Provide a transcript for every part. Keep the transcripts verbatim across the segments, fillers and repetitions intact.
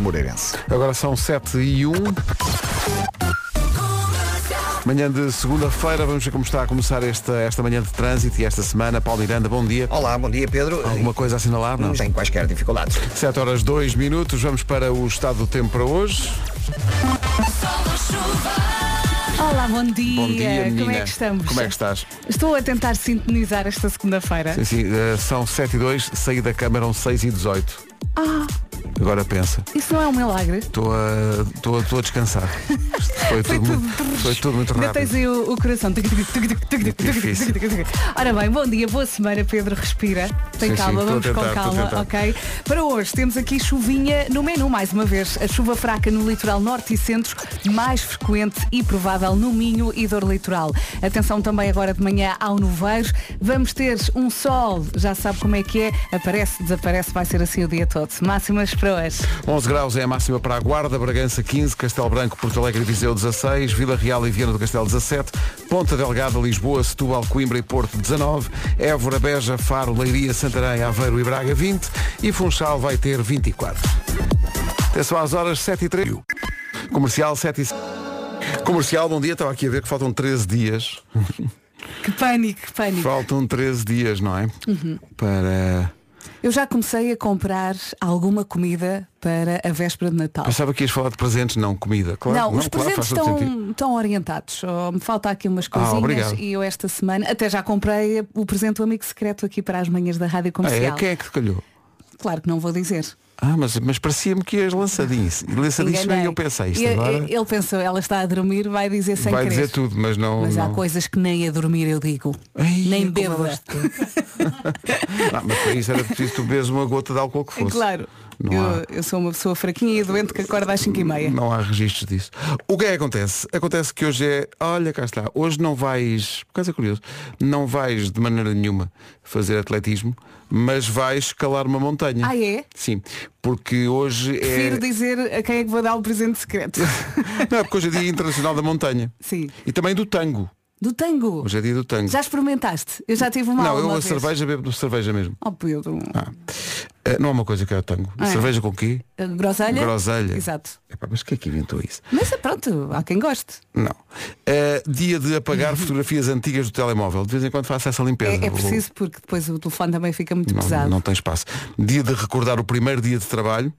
Moreirense. Agora são sete e um. Manhã de segunda-feira, vamos ver como está a começar esta, esta manhã de trânsito e esta semana. Paulo Miranda, bom dia. Olá, bom dia, Pedro. Alguma coisa a assinalar? Não, não tem quaisquer dificuldades. sete horas dois minutos, vamos para o estado do tempo para hoje. Olá, bom dia. Bom dia, menina. Como é que estamos? Como é que estás? Estou a tentar sintonizar esta segunda-feira. Sim, sim, uh, são sete e dois, saí da cama eram seis e dezoito. Ah, Agora pensa. isso não é um milagre? Estou a, estou a, estou a descansar. Foi, Foi tudo, tudo- muito, foi tudo muito Ainda rápido. tens aí o, o coração. Difícil. Ora bem, bom dia, boa semana, Pedro. Respira. Tem Sim, calma, sim, vamos estou a com tentar, estou a calma, tentar. ok? Para hoje temos aqui chuvinha no menu, mais uma vez. A chuva fraca no litoral norte e centro, mais frequente e provável no Minho e Dor Litoral. Atenção também agora de manhã ao nevoeiro. Vamos ter um sol, já sabe como é que é, aparece, desaparece, vai ser assim o dia todo. Máximas para hoje. onze graus é a máxima para a Guarda, Bragança quinze, Castelo Branco, Porto Alegre e Viseu dezasseis, Vila Real e Viana do Castelo dezassete, Ponta Delgada, Lisboa, Setúbal, Coimbra e Porto dezanove, Évora, Beja, Faro, Leiria, Santarém, Aveiro e Braga vinte e Funchal vai ter vinte e quatro. Atenção às horas sete e três. Comercial sete e... Comercial, bom dia, estava aqui a ver que faltam treze dias. Que pânico, que pânico. Faltam treze dias, não é? Uhum. Para... Eu já comecei a comprar alguma comida para a véspera de Natal. Pensava que ias falar de presentes, não comida. Claro, não, os claro, presentes faz todo sentido. estão, estão orientados. Só me falta aqui umas Ah, coisinhas obrigado. e eu esta semana até já comprei o presente do amigo secreto aqui para as manhãs da Rádio Ah, é? Comercial. Quem é que te calhou? Claro que não vou dizer. Ah, mas, mas parecia-me que ias lançadinho. Lançadinho e Enganei. eu pensei, isto E- agora Ele pensou, ela está a dormir, vai dizer sem vai querer. dizer tudo, mas não... Mas há não... coisas que nem a dormir eu digo. Ai, nem como eu beba. gosto. Ah, mas para isso era preciso tu beberes uma gota de álcool que fosse. Claro. Não Eu, há- eu sou uma pessoa fraquinha e doente que acorda às cinco e meia. Não há registros disso. O que é que acontece? Acontece que hoje é, olha cá está, hoje não vais, por causa é curioso, não vais de maneira nenhuma fazer atletismo, mas vais escalar uma montanha. Ah, é? Sim, porque hoje Prefiro é... dizer a quem é que vou dar o presente secreto. Não, é porque hoje é dia internacional da montanha. Sim. E também do tango. Do tango. Hoje é dia do tango. Já experimentaste? Eu já tive uma Não, aula eu uma a vez. cerveja bebo de cerveja mesmo. Oh, Pedro. Ah. Eh, não é uma coisa que é o tango. Ah, é? Cerveja com quê? Uh, Groselha? Groselha. Exato. Epá, mas quem é que inventou isso? Mas é pronto, há quem goste. Não. Eh, dia de apagar fotografias antigas do telemóvel. De vez em quando faço essa limpeza. É, é Vou- preciso porque depois o telefone também fica muito não, pesado. não tem espaço. Dia de recordar o primeiro dia de trabalho.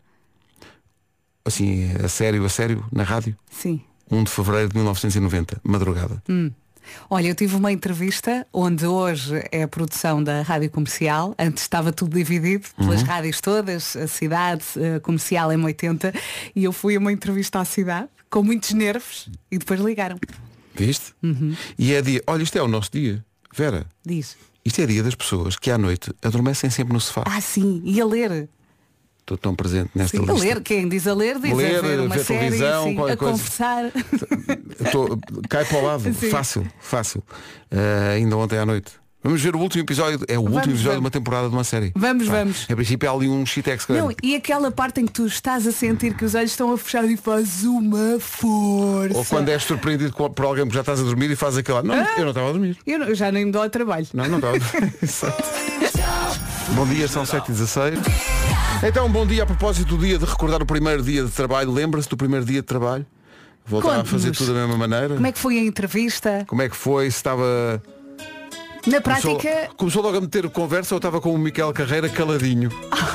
Assim, a sério, a sério, na rádio. Sim. um de fevereiro de mil novecentos e noventa, madrugada. Hum. Olha, eu tive uma entrevista onde hoje é a produção da Rádio Comercial. Antes estava tudo dividido pelas Uhum. rádios todas, a cidade, a comercial M oitenta, e eu fui a uma entrevista à cidade com muitos nervos e depois ligaram. Viste? Uhum. E é dia. Olha, isto é o nosso dia. Vera, Diz. isto é dia das pessoas que à noite adormecem sempre no sofá. Ah, sim, e a ler. Estou tão presente nesta Sim, a lista. ler, quem diz a ler diz Ler, a ver uma ver série, televisão, sim, qualquer a coisa. conversar. Tô, cai para o lado. Sim. Fácil, fácil. Uh, ainda ontem à noite. Vamos ver o último episódio. É o Vamos, último episódio vamos. de uma temporada de uma série. Vamos, Pá, vamos. A princípio há ali um shitex grande. Não, e aquela parte em que tu estás a sentir que os olhos estão a fechar e faz uma força. Ou quando és surpreendido com- por alguém que já estás a dormir e faz aquela. Não, Ah. eu não estava a dormir. Eu, não- eu já nem me dou ao trabalho. Não, não estava a dormir. Exato. Bom dia, são sete e dezasseis. Então, bom dia a propósito do dia de recordar o primeiro dia de trabalho. Lembra-se do primeiro dia de trabalho? Voltar a Conte-nos. fazer tudo da mesma maneira? Como é que foi a entrevista? Como é que foi? Se estava... Na Começou, prática, começou logo a meter conversa, eu estava com o Miquel Carreira caladinho.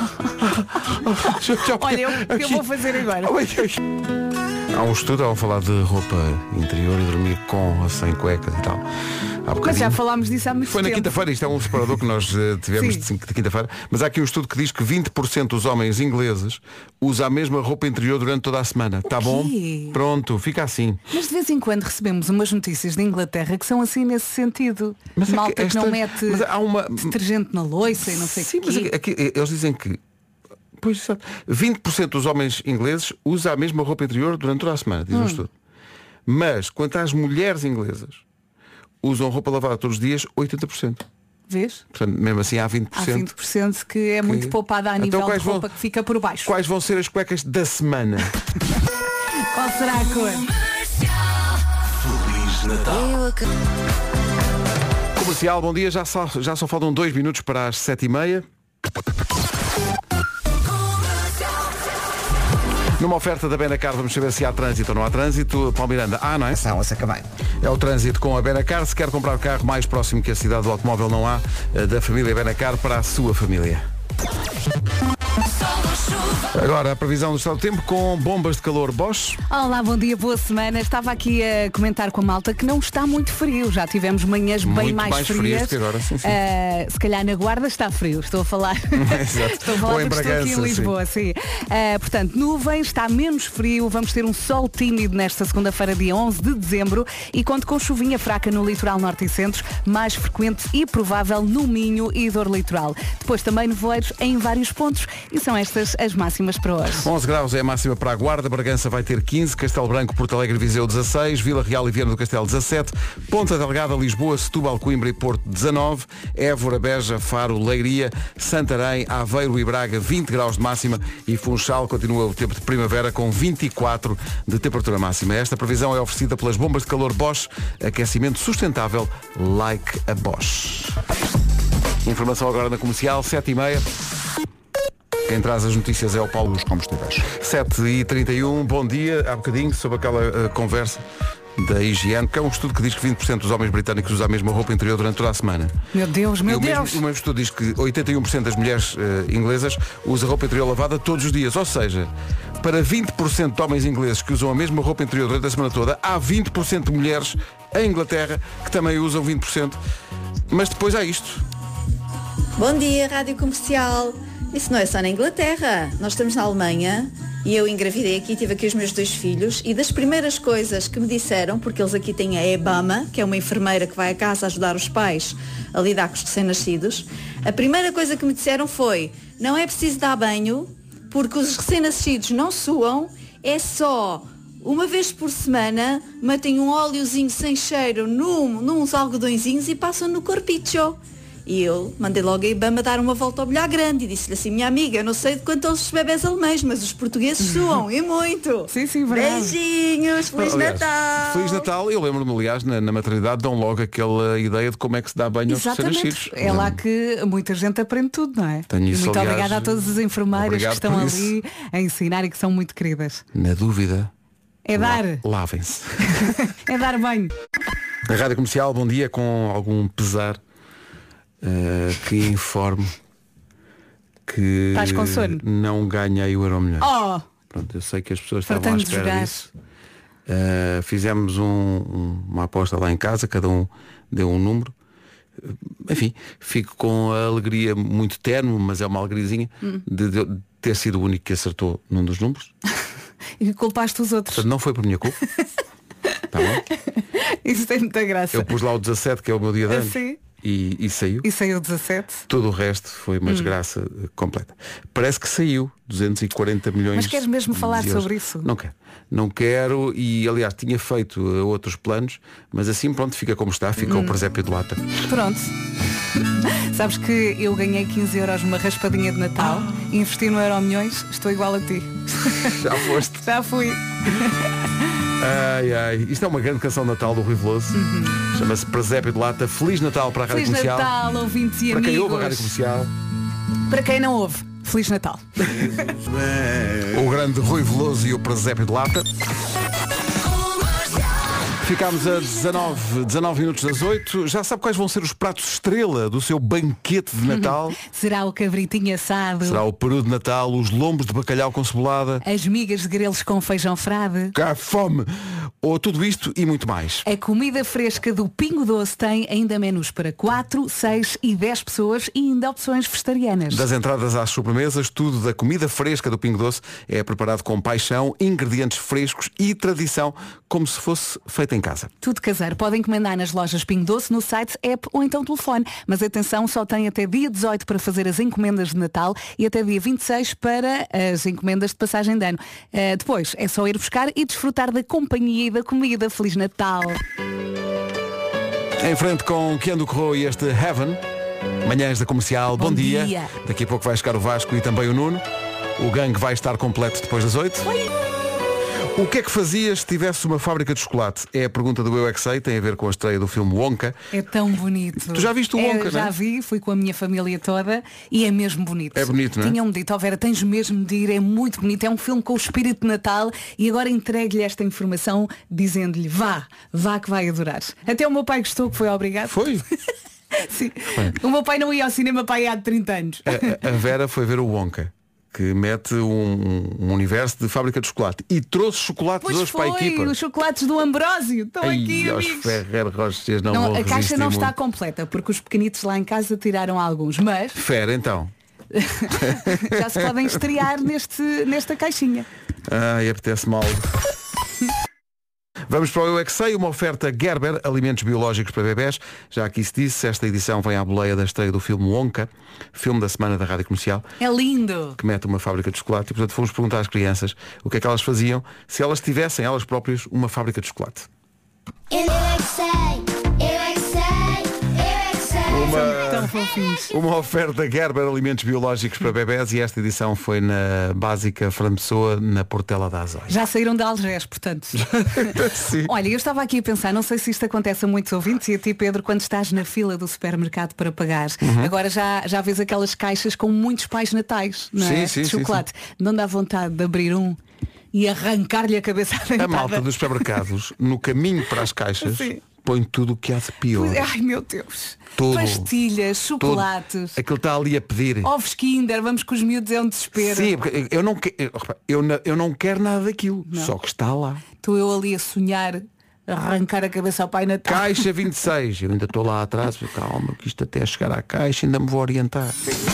olha, eu, o que eu vou fazer agora? Há um estudo, ao falar de roupa interior e dormir com ou sem cuecas e tal. Há Mas bocadinho. já falámos disso há muito Foi na tempo. quinta-feira, isto é um separador que nós eh, tivemos Sim. de, cinco- de quinta-feira, mas há aqui um estudo que diz que vinte por cento dos homens ingleses usam a mesma roupa interior durante toda a semana. Está bom? quê? Pronto, fica assim. Mas de vez em quando recebemos umas notícias de Inglaterra que são assim nesse sentido. Mas é que Malta que, esta- não mete mas há uma- detergente na loiça e não sei o Sim, quê. mas aqui, aqui, eles dizem que pois, exato, vinte por cento dos homens ingleses usam a mesma roupa interior durante toda a semana, diz um Hum. estudo. Mas quanto às mulheres inglesas, usam roupa lavada todos os dias, oitenta por cento. Vês? Portanto, mesmo assim há vinte por Há cento. vinte por cento que é muito poupada a Então, nível de quais vão- roupa que fica por baixo. Quais vão ser as cuecas da semana? Qual será a cor? Feliz Natal. Comercial, bom dia, já só, já só faltam dois minutos para as sete e meia. Numa oferta da Benacar, vamos saber se há trânsito ou não há trânsito. Paulo Miranda, ah, não é? São, a Sacabém. É o trânsito com a Benacar. Se quer comprar carro mais próximo que a cidade do automóvel, não há, da família Benacar para a sua família. Agora a previsão do estado do tempo com bombas de calor Bosch. Olá, bom dia, boa semana. Estava aqui a comentar com a malta que não está muito frio. Já tivemos manhãs bem muito mais, mais frias. frias que agora, sim, sim. Uh, se calhar na Guarda está frio. Estou a falar. estou a falar Ou em porque estou aqui em Bragança, Lisboa, sim. sim. Uh, portanto, nuvens, está menos frio. Vamos ter um sol tímido nesta segunda-feira, dia onze de dezembro, e conto com chuvinha fraca no litoral norte e centro, mais frequente e provável no Minho e dor litoral. Depois também nevoeiros em vários pontos, e são estas as máximas para hoje. onze graus é a máxima para a Guarda, Bragança vai ter quinze, Castelo Branco, Porto Alegre e Viseu dezasseis, Vila Real e Viana do Castelo dezassete, Ponta Delgada, Lisboa, Setúbal, Coimbra e Porto dezanove, Évora, Beja, Faro, Leiria, Santarém, Aveiro e Braga vinte graus de máxima e Funchal continua o tempo de primavera com vinte e quatro de temperatura máxima. Esta previsão é oferecida pelas bombas de calor Bosch, aquecimento sustentável like a Bosch. Informação agora na Comercial, sete e meia. Quem traz as notícias é o Paulo dos Combustíveis. sete e trinta e um, bom dia. Há bocadinho, sobre aquela uh, conversa da higiene, que é um estudo que diz que vinte por cento dos homens britânicos usam a mesma roupa interior durante toda a semana. Meu Deus, meu e o Deus! Mesmo, o mesmo estudo diz que oitenta e um por cento das mulheres uh, inglesas usam roupa interior lavada todos os dias. Ou seja, para vinte por cento de homens ingleses que usam a mesma roupa interior durante a semana toda, há vinte por cento de mulheres em Inglaterra que também usam vinte por cento. Mas depois há isto. Bom dia, Rádio Comercial. Isso não é só na Inglaterra. Nós estamos na Alemanha e eu engravidei aqui, tive aqui os meus dois filhos, e das primeiras coisas que me disseram, porque eles aqui têm a Ebama, que é uma enfermeira que vai a casa ajudar os pais a lidar com os recém-nascidos, a primeira coisa que me disseram foi: não é preciso dar banho, porque os recém-nascidos não suam, é só uma vez por semana metem um óleozinho sem cheiro num, nos algodõezinhos e passam no corpicho. E eu mandei logo a Ibama dar uma volta ao bilhar grande e disse-lhe assim: minha amiga, eu não sei de quanto os bebés alemães, mas os portugueses suam, e muito. Sim, sim, verdade. Beijinhos, Feliz Aliás, Natal. Feliz Natal. Eu lembro-me, aliás, na, na maternidade dão logo aquela ideia de como é que se dá banho aos recém-nascidos. É lá que muita gente aprende tudo, não é? Tenho isso, muito aliás, obrigada a todas as enfermeiras que estão por ali isso. a ensinar e que são muito queridas. Na dúvida, É dar. la- lavem-se. É dar banho. A Rádio Comercial, bom dia, com algum pesar, uh, que informo que Estás com sono? não ganhei o Euromilhões. Oh! Pronto, eu sei que as pessoas estavam à Fartamos de espera jogar. disso. Uh, fizemos um- um- uma aposta lá em casa, cada um deu um número. Uh, Enfim, fico com a alegria muito terno, mas é uma alegriazinha, Hum. de, de ter sido o único que acertou num dos números. E culpaste os outros. Portanto, não foi por minha culpa. Tá bom? Isso tem muita graça. Eu pus lá o dezassete, que é o meu dia de anos, Sim. e, e saiu. E saiu dezassete. Todo o resto foi uma desgraça eh, completa. Parece que saiu duzentos e quarenta milhões. Mas queres mesmo falar de euros. sobre isso? Não quero. Não quero e, aliás, tinha feito uh, outros planos, mas assim, pronto, fica como está, fica Hum. o presépio de lata. Pronto. Sabes que eu ganhei quinze euros numa raspadinha de Natal, investi no Euromilhões, estou igual a ti. Já foste. Já fui. Ai, ai. Isto é uma grande canção de Natal do Rui Veloso. Chama-se Presépio de Lata. Feliz Natal para a Rádio Feliz Comercial. Natal, ouvintes e Para quem amigos. ouve a Rádio Comercial. Para quem não ouve, Feliz Natal. O grande Rui Veloso e o Presépio de Lata. Ficámos a dezanove, dezanove minutos das oito. Já sabe quais vão ser os pratos estrela do seu banquete de Natal? Será o cabritinho assado, Será o peru de Natal, os lombos de bacalhau com cebolada, as migas de grelos com feijão frade. cá fome, ou tudo isto e muito mais. A comida fresca do Pingo Doce tem ainda menus para quatro, seis e dez pessoas e ainda opções vegetarianas. Das entradas às sobremesas, tudo da comida fresca do Pingo Doce é preparado com paixão, ingredientes frescos e tradição, como se fosse feito em casa. Tudo caseiro. Podem encomendar nas lojas Pingo Doce, no site, app ou então telefone. Mas atenção, só tem até dia dezoito para fazer as encomendas de Natal e até dia vinte e seis para as encomendas de passagem de ano. Uh, depois é só ir buscar e desfrutar da companhia e da comida. Feliz Natal! Em frente com Keando Corro e este Heaven, manhãs da Comercial, bom, Bom dia. dia. Daqui a pouco vai chegar o Vasco e também o Nuno. O gangue vai estar completo depois das oito. O que é que fazias se tivesse uma fábrica de chocolate? É a pergunta do Eu É Que Sei, tem a ver com a estreia do filme Wonka. É tão bonito. Tu já viste o Wonka, é, Já não é? vi, fui com a minha família toda e é mesmo bonito. É bonito, não é? Tinham-me dito, ó Vera, tens mesmo de ir, é muito bonito, é um filme com o espírito de Natal e agora entregue-lhe esta informação dizendo-lhe, vá, vá que vai adorar. Até o meu pai gostou, que foi obrigado. Foi? Sim. O meu pai não ia ao cinema pai há trinta anos. A, a Vera foi ver o Wonka, que mete um, um universo de fábrica de chocolate. E trouxe chocolates Pois hoje para a foi, equipa. os chocolates do Ambrósio. Estão Ai, aqui, aos amigos. Ferrer Rochers não, Não, vou a caixa resistir não muito. está completa, porque os pequenitos lá em casa tiraram alguns, mas Fera, então. já se podem estrear neste, nesta caixinha. Ai, apetece-me algo. Vamos para o Eu É Que Sei, uma oferta Gerber, alimentos biológicos para bebés. Já aqui se disse, esta edição vem à boleia da estreia do filme Wonka, filme da semana da Rádio Comercial, É lindo. que mete uma fábrica de chocolate. E, portanto, fomos perguntar às crianças o que é que elas faziam se elas tivessem, elas próprias, uma fábrica de chocolate. Eu é que sei, eu é que sei, eu é que sei. Tão fofinhos. Uma oferta Gerber, alimentos biológicos para bebés, e esta edição foi na básica Fernando Pessoa, na Portela da Azóia. Já saíram de Algés, portanto. Sim. Olha, eu estava aqui a pensar, não sei se isto acontece a muitos ouvintes e a ti, Pedro, quando estás na fila do supermercado para pagar. Uhum. Agora já, já vês aquelas caixas com muitos pais natais, não é? Sim, sim, de sim, chocolate. Não dá vontade de abrir um e arrancar-lhe a cabeça à A dentada. malta dos supermercados, no caminho para as caixas, Sim. põe tudo o que há de pior. Ai meu Deus. Tudo. Pastilhas, Todo- chocolates, Aquilo está ali a pedir. ovos Kinder, vamos com os miúdos, é um desespero. Sim, porque eu não, que- eu, repara, eu, não- eu não quero nada daquilo, só que está lá. Estou eu ali a sonhar, arrancar a cabeça ao Pai Natal. Caixa vinte e seis, eu ainda estou lá atrás, calma, que isto até chegar à caixa ainda me vou orientar.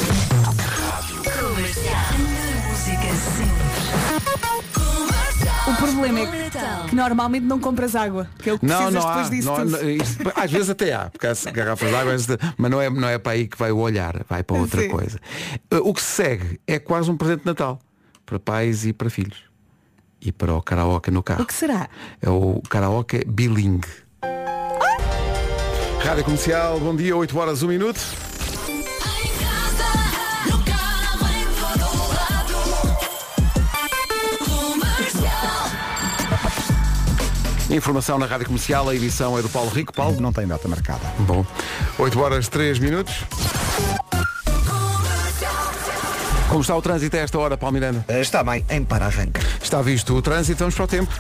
O problema é que normalmente não compras água, que é o que Não, precisas não há, depois disso não há- tudo. não- isto- às vezes até há, porque há garrafas de água, às vezes- mas não é, não é para aí que vai o olhar, vai para outra Sim. coisa. O que se segue é quase um presente de Natal, para pais e para filhos. E para o karaoke no carro. O que será? É o karaoke bilingue. Rádio Comercial, bom dia, oito horas, um minuto. Informação na Rádio Comercial, a edição é do Paulo Rico. Paulo? Não tem data marcada. Bom, oito horas, três minutos. Como está o trânsito a esta hora, Paulo Miranda? Eh, Está bem, em para-arranca. Está visto o trânsito, vamos para o tempo.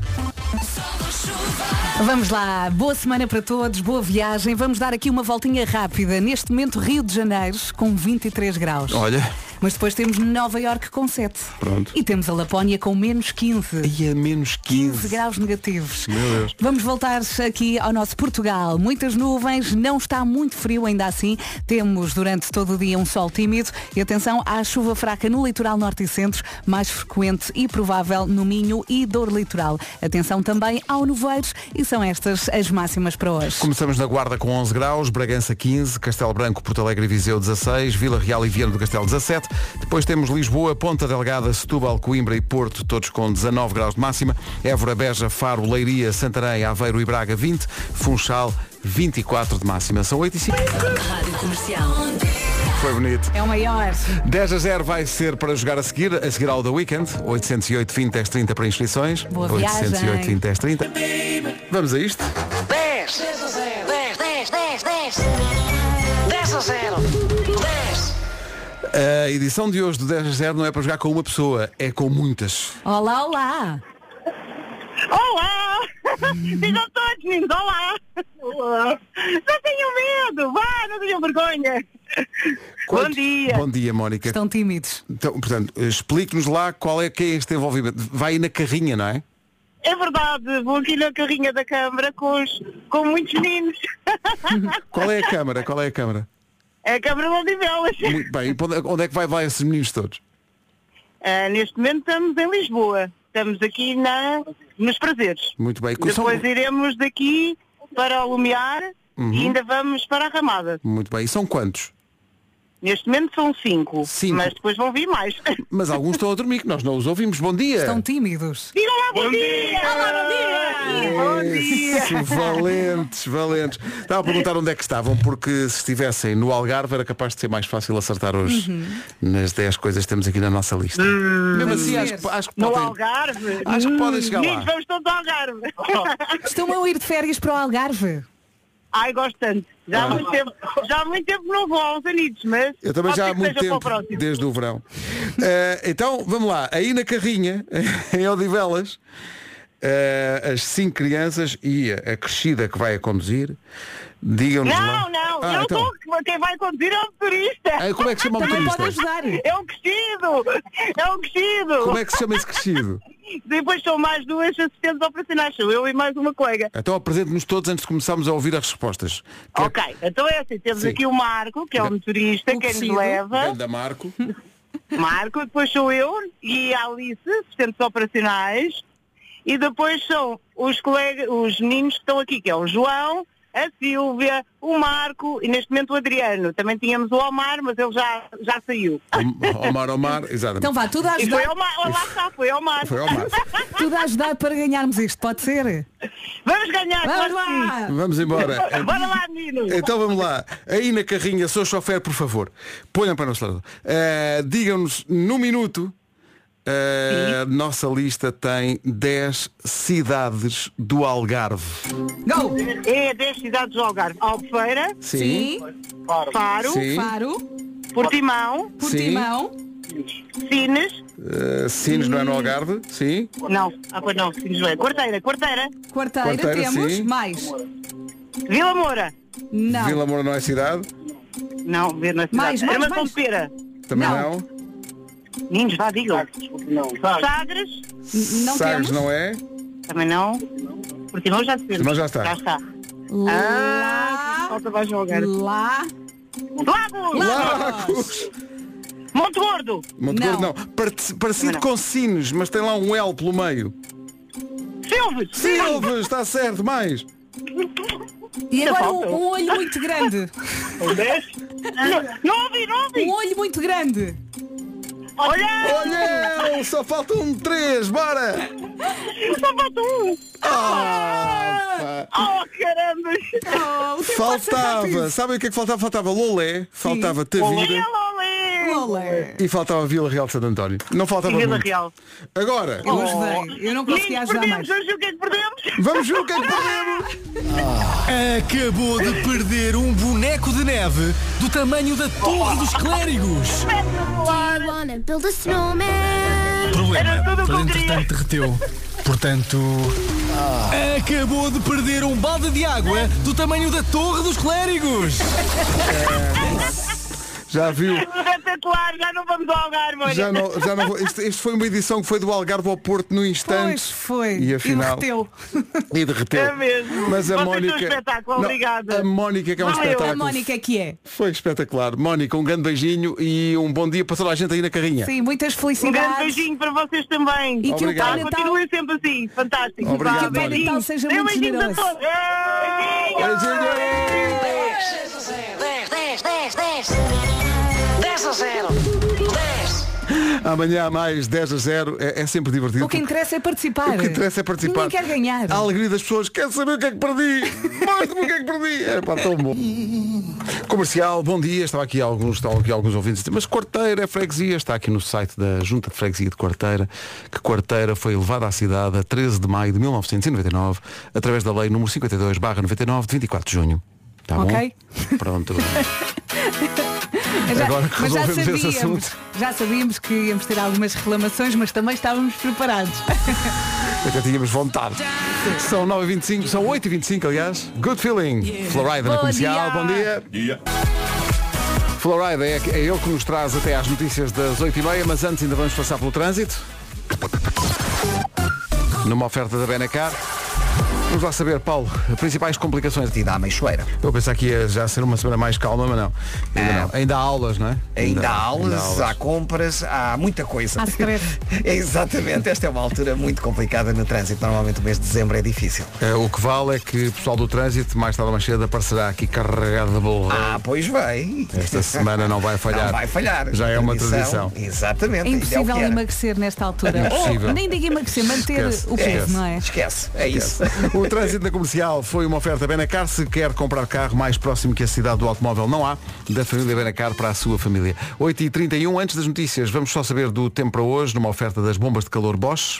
Vamos lá, boa semana para todos, boa viagem. Vamos dar aqui uma voltinha rápida. Neste momento, Rio de Janeiro com vinte e três graus. Olha, Mas depois temos Nova Iorque com sete. Pronto. E temos a Lapónia com menos quinze. e a menos quinze quinze. graus negativos. Meu Deus. Vamos voltar aqui ao nosso Portugal. Muitas nuvens, não está muito frio ainda assim. Temos durante todo o dia um sol tímido. E atenção à chuva fraca no litoral norte e centro, mais frequente e provável no Minho e Douro Litoral. Atenção também ao Nevoeiros e são estas as máximas para hoje. Começamos na Guarda com onze graus, Bragança quinze, Castelo Branco, Porto Alegre e Viseu dezasseis, Vila Real e Viana do Castelo dezassete. Depois temos Lisboa, Ponta Delgada, Setúbal, Coimbra e Porto, todos com dezanove graus de máxima. Évora, Beja, Faro, Leiria, Santarém, Aveiro e Braga vinte. Funchal vinte e quatro de máxima. São oito e cinco. Rádio Comercial. Foi bonito. É o maior. dez a zero vai ser para jogar a seguir, a seguir ao The Weekend. oitocentos e oito, vinte, dez, trinta para inscrições. Boa oitocentos e oito, viagem. vinte, dez, trinta. Vamos a isto? dez, dez, dez, dez, dez. dez a zero. dez. A edição de hoje do dez a zero não é para jogar com uma pessoa, é com muitas. Olá, olá. Olá! Sejam todos meninos, olá! Olá! Não tenham medo, vá, não tenham vergonha! Bom Quantos- dia! Bom dia, Mónica. Estão tímidos. Então, portanto, explique-nos lá qual é que é este envolvimento. Vai aí na carrinha, não é? É verdade, vou aqui na carrinha da Câmara com, os, com muitos meninos. Qual é a câmara? Qual é a câmara? É a Câmara de Odivelas. Muito bem. E para onde é- onde é que vai levar esses meninos todos? Ah, neste momento estamos em Lisboa. Estamos aqui na, nos Prazeres. Muito bem. São- Depois iremos daqui para o Lumiar Uhum. e ainda vamos para a Ramada. Muito bem. E são quantos? Neste momento são cinco, Cinco. mas depois vão vir mais. Mas alguns estão a dormir, que nós não os ouvimos. Bom dia. Estão tímidos. Digam lá bom, dia! Olá, bom dia! Bom dia! Isso, valentes, valentes. Estava a perguntar onde é que estavam, porque se estivessem no Algarve era capaz de ser mais fácil acertar hoje Uhum. nas dez coisas que temos aqui na nossa lista. Mesmo assim, acho, que- acho que No podem, Algarve? acho que podem chegar Meninos, lá. vamos todos ao Algarve. Estão a ir de férias para o Algarve? Ai, gosto tanto. Já há muito tempo, já há muito tempo que não vou aos Anitos, mas Eu também pode já ser há que muito seja para o tempo, próximo. desde o verão. Eh, então, vamos lá. Aí na carrinha, em Odivelas, eh, as cinco crianças e a a crescida que vai a conduzir, digam-nos lá. Não, não, Ah, eu então. estou, quem vai conduzir é o motorista. Ah, como é que se chama o Também motorista? pode ajudar. É o crescido, é o crescido. Como é que se chama esse crescido? Depois são mais duas assistentes operacionais, sou eu e mais uma colega. Então apresente-nos todos antes de começarmos a ouvir as respostas. Que é- Ok, então é assim, temos Sim. aqui o Marco, que é o motorista, O quem nos crescido. leva. Ganda Marco. Marco, depois sou eu e a Alice, assistentes operacionais, e depois são os colegas, os meninos que estão aqui, que é o João, a Sílvia, o Marco e neste momento o Adriano. Também tínhamos o Omar, mas ele já, já saiu. Omar Omar, exatamente. Então vá, tudo a E foi ajudar, ao Mar, oh, lá está, foi ao Mar. Foi Omar. tudo a ajudar para ganharmos isto, pode ser? Vamos ganhar, Vamos claro que sim. lá! Vamos embora. Bora lá, meninos. Então vamos lá. Aí na carrinha, sou chofer, por favor. Ponham para o nosso lado. Uh, Digam-nos no minuto. A nossa lista tem dez cidades do Algarve. Go! É dez cidades do Algarve. Albufeira, Sim, Faro, Sim. Faro, Portimão, Portimão, Sines. Uh, Sines não é no Algarve? Sim. Não, ah, pois não, Sines não é. Quarteira, Quarteira, Quarteira, Quarteira, temos, sim. mais. Vila Moura. Não. Vila Moura não é cidade? Não, ver na cidade. Mais, mais, Armação mais. de Pera. Também Não. não. Ninhos, vá, digam. Sagres. N- Não Sagres temos. não é? Também não. Portimão já temos. Portimão já está. Já está. Lá, Ah, falta mais um lugar. lá, Lagos. Lagos! Monte Gordo. Monte Não. Gordo não. Parti- Parecido Não. com Sines, mas tem lá um L pelo meio. Silves. Silves, está certo, mais. e agora falta. um, um olho muito grande. Não, não ouvi, não ouvi. Um olho muito grande. Olha, Olha, só falta um três, bora! só falta um. Ah, pá. Oh, caramba. Oh, o tempo passa Faltava, rápido. sabem o que é que faltava? Faltava Lolé, faltava Olé, Tavira olé. Olé. e faltava Vila Real de Santo António. Não faltava E Vila muito. Real. Agora, Eu ajudei. Eu não consegui Meninos, ajudar mais. perdemos. Vamos ver o que é que perdemos. vamos ver o que é que perdemos. Acabou de perder um boneco de neve do tamanho da Torre dos Clérigos. Wanna build a snowman? Era tudo o que Problema, eu queria. entretanto derreteu. Portanto, acabou de perder um balde de água do tamanho da Torre dos Clérigos. Já viu? Espetacular, já não vamos ao Algarve, olha. Já não, já não vou. Isto, isto foi uma edição que foi do Algarve ao Porto no instante. Pois foi. E afinal. derreteu. E derreteu. É mesmo. Mas a Vocês Mónica. são um espetáculo, Não, obrigada. A Mónica que é um Valeu. espetáculo. A Mónica é que é. Foi espetacular. Mónica, um grande beijinho e um bom dia para toda a gente aí na carrinha. Sim, muitas Um grande felicidades. beijinho para vocês também. E que o Obrigado. Pai Natal, Continuem sempre assim, fantástico. Obrigado, Vá, Mónica. beijinhos. seja Dê muito beijinhos a generoso. todos. Beijinhos. Beijinho! dez, dez, dez, dez. dez a zero. dez. Amanhã há mais dez a zero. É, é sempre divertido. O que interessa é participar. O que interessa é participar. Ninguém quer ganhar. A alegria das pessoas. Quer saber o que é que perdi? Mostra-me o que é que perdi. É pá, tão bom. Comercial, bom dia. Estava aqui alguns, estão aqui alguns ouvintes a dizer, mas Quarteira é freguesia. Está aqui no site da Junta de Freguesia de Quarteira, que Quarteira foi levada à cidade a treze de maio de mil novecentos e noventa e nove, através da lei número cinquenta e dois barra noventa e nove, de vinte e quatro de junho. Está Ok. bom? Pronto. Já- Agora que mas já resolvemos esse sabíamos, assunto. já sabíamos que íamos ter algumas reclamações, mas também estávamos preparados. Até tínhamos vontade. São nove e vinte e cinco, são oito e vinte e cinco, aliás. Good Feeling. Florida na Bom comercial. dia. Bom dia. Florida é, é ele que nos traz até às notícias das oito e meia, mas antes ainda vamos passar pelo trânsito. Numa oferta da Benacar. Vamos lá saber, Paulo, principais complicações. E da Ameixoeira. Eu pensava que ia já ser uma semana mais calma, mas não. Ainda, É. não. Ainda há aulas, não é? Ainda há aulas, ainda há aulas. há compras, há muita coisa. Há stress. É, exatamente, esta é uma altura muito complicada no trânsito. Normalmente o mês de dezembro é difícil. É, o que vale é que o pessoal do trânsito, mais tarde ou mais cedo, aparecerá aqui carregado de bolo. Ah, pois vai. Esta semana não vai falhar. Não vai falhar. Já é uma tradição. Exatamente. É ainda o que impossível era. emagrecer nesta altura. É impossível. Oh, nem digo emagrecer, manter Esquece, o peso, esquece. não é? Esquece, é isso. O trânsito na comercial foi uma oferta Benacar. Se quer comprar carro mais próximo que a cidade do automóvel, não há. Da família Benacar para a sua família. oito e trinta e um, antes das notícias, vamos só saber do tempo para hoje, numa oferta das bombas de calor Bosch.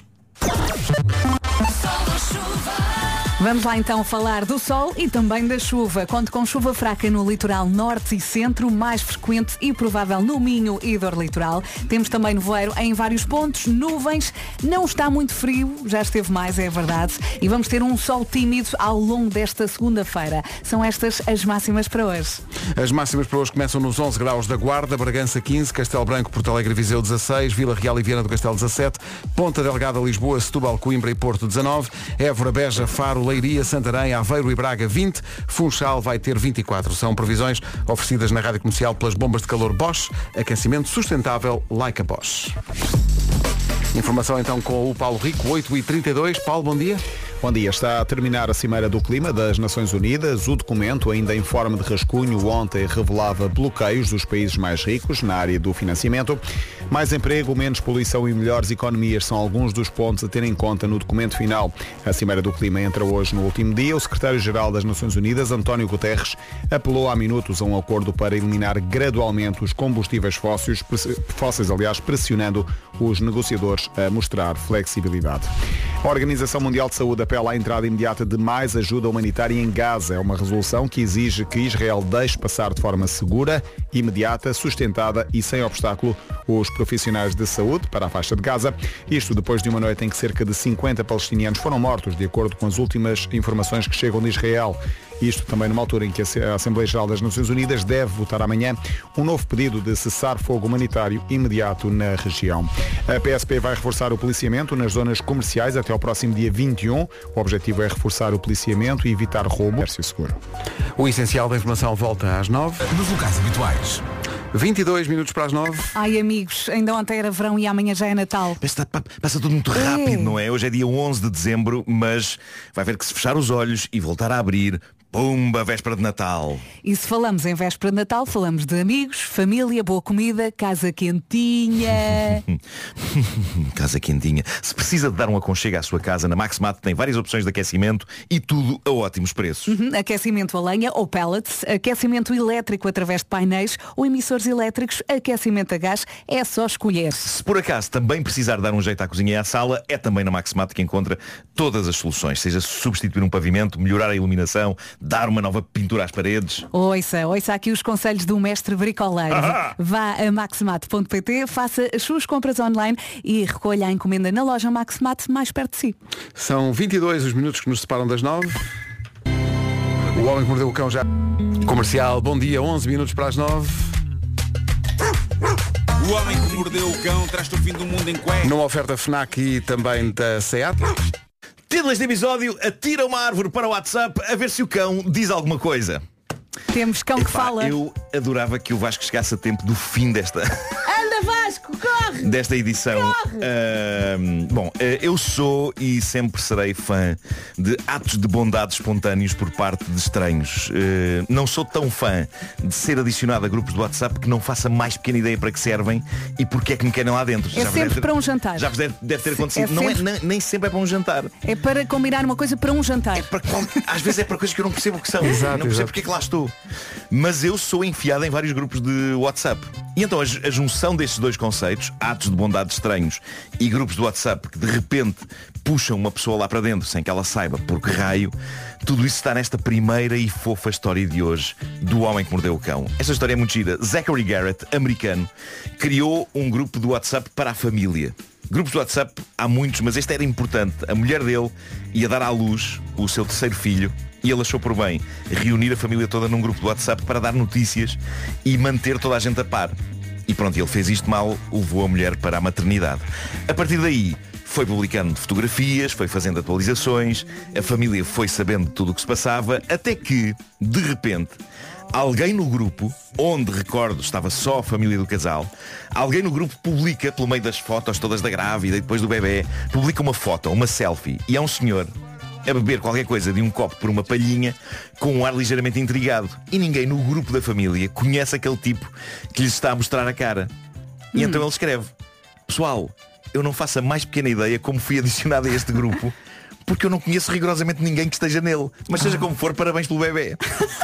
Vamos lá então falar do sol e também da chuva. Conto com chuva fraca no litoral norte e centro, mais frequente e provável no Minho e dor litoral. Temos também nevoeiro em vários pontos, nuvens, não está muito frio, já esteve mais, é verdade. E vamos ter um sol tímido ao longo desta segunda-feira. São estas as máximas para hoje. As máximas para hoje começam nos onze graus da Guarda, Bragança quinze, Castelo Branco, Porto Alegre e Viseu dezasseis, Vila Real e Viana do Castelo dezassete, Ponta Delgada, Lisboa, Setúbal, Coimbra e Porto dezanove, Évora, Beja, Faro, Leiria, Santarém, Aveiro e Braga vinte, Funchal vai ter vinte e quatro. São previsões oferecidas na Rádio Comercial pelas bombas de calor Bosch, aquecimento sustentável like a Bosch. Informação então com o Paulo Rico, oito e trinta e dois. Paulo, bom dia. Bom dia. Está a terminar a Cimeira do Clima das Nações Unidas. O documento, ainda em forma de rascunho, ontem revelava bloqueios dos países mais ricos na área do financiamento. Mais emprego, menos poluição e melhores economias são alguns dos pontos a ter em conta no documento final. A Cimeira do Clima entra hoje no último dia. O secretário-geral das Nações Unidas, António Guterres, apelou há minutos a um acordo para eliminar gradualmente os combustíveis fósseis, fósseis, aliás, pressionando os negociadores a mostrar flexibilidade. A Organização Mundial de Saúde apela à entrada imediata de mais ajuda humanitária em Gaza. É uma resolução que exige que Israel deixe passar de forma segura, imediata, sustentada e sem obstáculo os profissionais de saúde para a faixa de Gaza. Isto depois de uma noite em que cerca de cinquenta palestinianos foram mortos, de acordo com as últimas informações que chegam de Israel. Isto também numa altura em que a Assembleia Geral das Nações Unidas deve votar amanhã um novo pedido de cessar fogo humanitário imediato na região. A P S P vai reforçar o policiamento nas zonas comerciais até ao próximo dia vinte e um. O objetivo é reforçar o policiamento e evitar roubo. Seguro. O essencial da informação volta às nove. Nos locais habituais. vinte e dois minutos para as nove. Ai amigos, ainda ontem era verão e amanhã já é Natal. Passa, passa tudo muito rápido, não é? Hoje é dia onze de dezembro, mas vai haver que se fechar os olhos e voltar a abrir. Pumba, véspera de Natal. E se falamos em véspera de Natal, falamos de amigos, família, boa comida, casa quentinha. Casa quentinha. Se precisa de dar um aconchego à sua casa, na Maxmat tem várias opções de aquecimento e tudo a ótimos preços. Uhum. Aquecimento a lenha ou pellets, aquecimento elétrico através de painéis ou emissores elétricos, aquecimento a gás, é só escolher. Se por acaso também precisar dar um jeito à cozinha e à sala, é também na Maxmat que encontra todas as soluções. Seja substituir um pavimento, melhorar a iluminação, dar uma nova pintura às paredes. Ouça, ouça aqui os conselhos do mestre bricoleiro. Ah! Vá a maxmat ponto pt, faça as suas compras online e recolha a encomenda na loja Maxmat mais perto de si. São vinte e dois os minutos que nos separam das nove. O Homem que Mordeu o Cão já. Comercial, bom dia, onze minutos para as nove. O Homem que Mordeu o Cão traz-te o fim do mundo em cuecas. Numa oferta FNAC e também da SEAT. Título deste episódio: atira uma árvore para o WhatsApp a ver se o cão diz alguma coisa. Temos cão que Epá, fala. Eu adorava que o Vasco chegasse a tempo do fim desta, Anda Vasco, corre! desta edição. Uh, bom, uh, eu sou e sempre serei fã de atos de bondade espontâneos por parte de estranhos. Uh, não sou tão fã de ser adicionado a grupos do WhatsApp que não faça mais pequena ideia para que servem e porque é que me querem lá dentro. É Já sempre ter, para um jantar. Já vos deve, deve ter acontecido. É não sempre... é, nem, nem sempre é para um jantar. É para combinar uma coisa para um jantar. É para, às vezes é para coisas que eu não percebo o que são. Exato, não percebo exato. porque é que lá estou. Mas eu sou enfiado em vários grupos de WhatsApp. E então a, a junção destes dois conceitos, atos de bondade estranhos e grupos de WhatsApp que de repente puxam uma pessoa lá para dentro sem que ela saiba por que raio, tudo isso está nesta primeira e fofa história de hoje do Homem que Mordeu o Cão. Esta história é muito gira. Zachary Garrett, americano, criou um grupo de WhatsApp para a família. Grupos de WhatsApp há muitos, mas este era importante. A mulher dele ia dar à luz o seu terceiro filho e ele achou por bem reunir a família toda num grupo de WhatsApp para dar notícias e manter toda a gente a par. E pronto, ele fez isto mal, levou a mulher para a maternidade. A partir daí, Foi publicando fotografias, foi fazendo atualizações, a família foi sabendo de tudo o que se passava, até que, de repente, alguém no grupo, onde, recordo, estava só a família do casal, alguém no grupo publica, pelo meio das fotos todas da grávida e depois do bebê, publica uma foto, uma selfie, e há um senhor a beber qualquer coisa de um copo por uma palhinha, com um ar ligeiramente intrigado. E ninguém no grupo da família conhece aquele tipo que lhes está a mostrar a cara. E hum. então ele escreve: pessoal, eu não faço a mais pequena ideia como fui adicionado a este grupo, porque eu não conheço rigorosamente ninguém que esteja nele. Mas seja ah. como for, parabéns pelo bebê.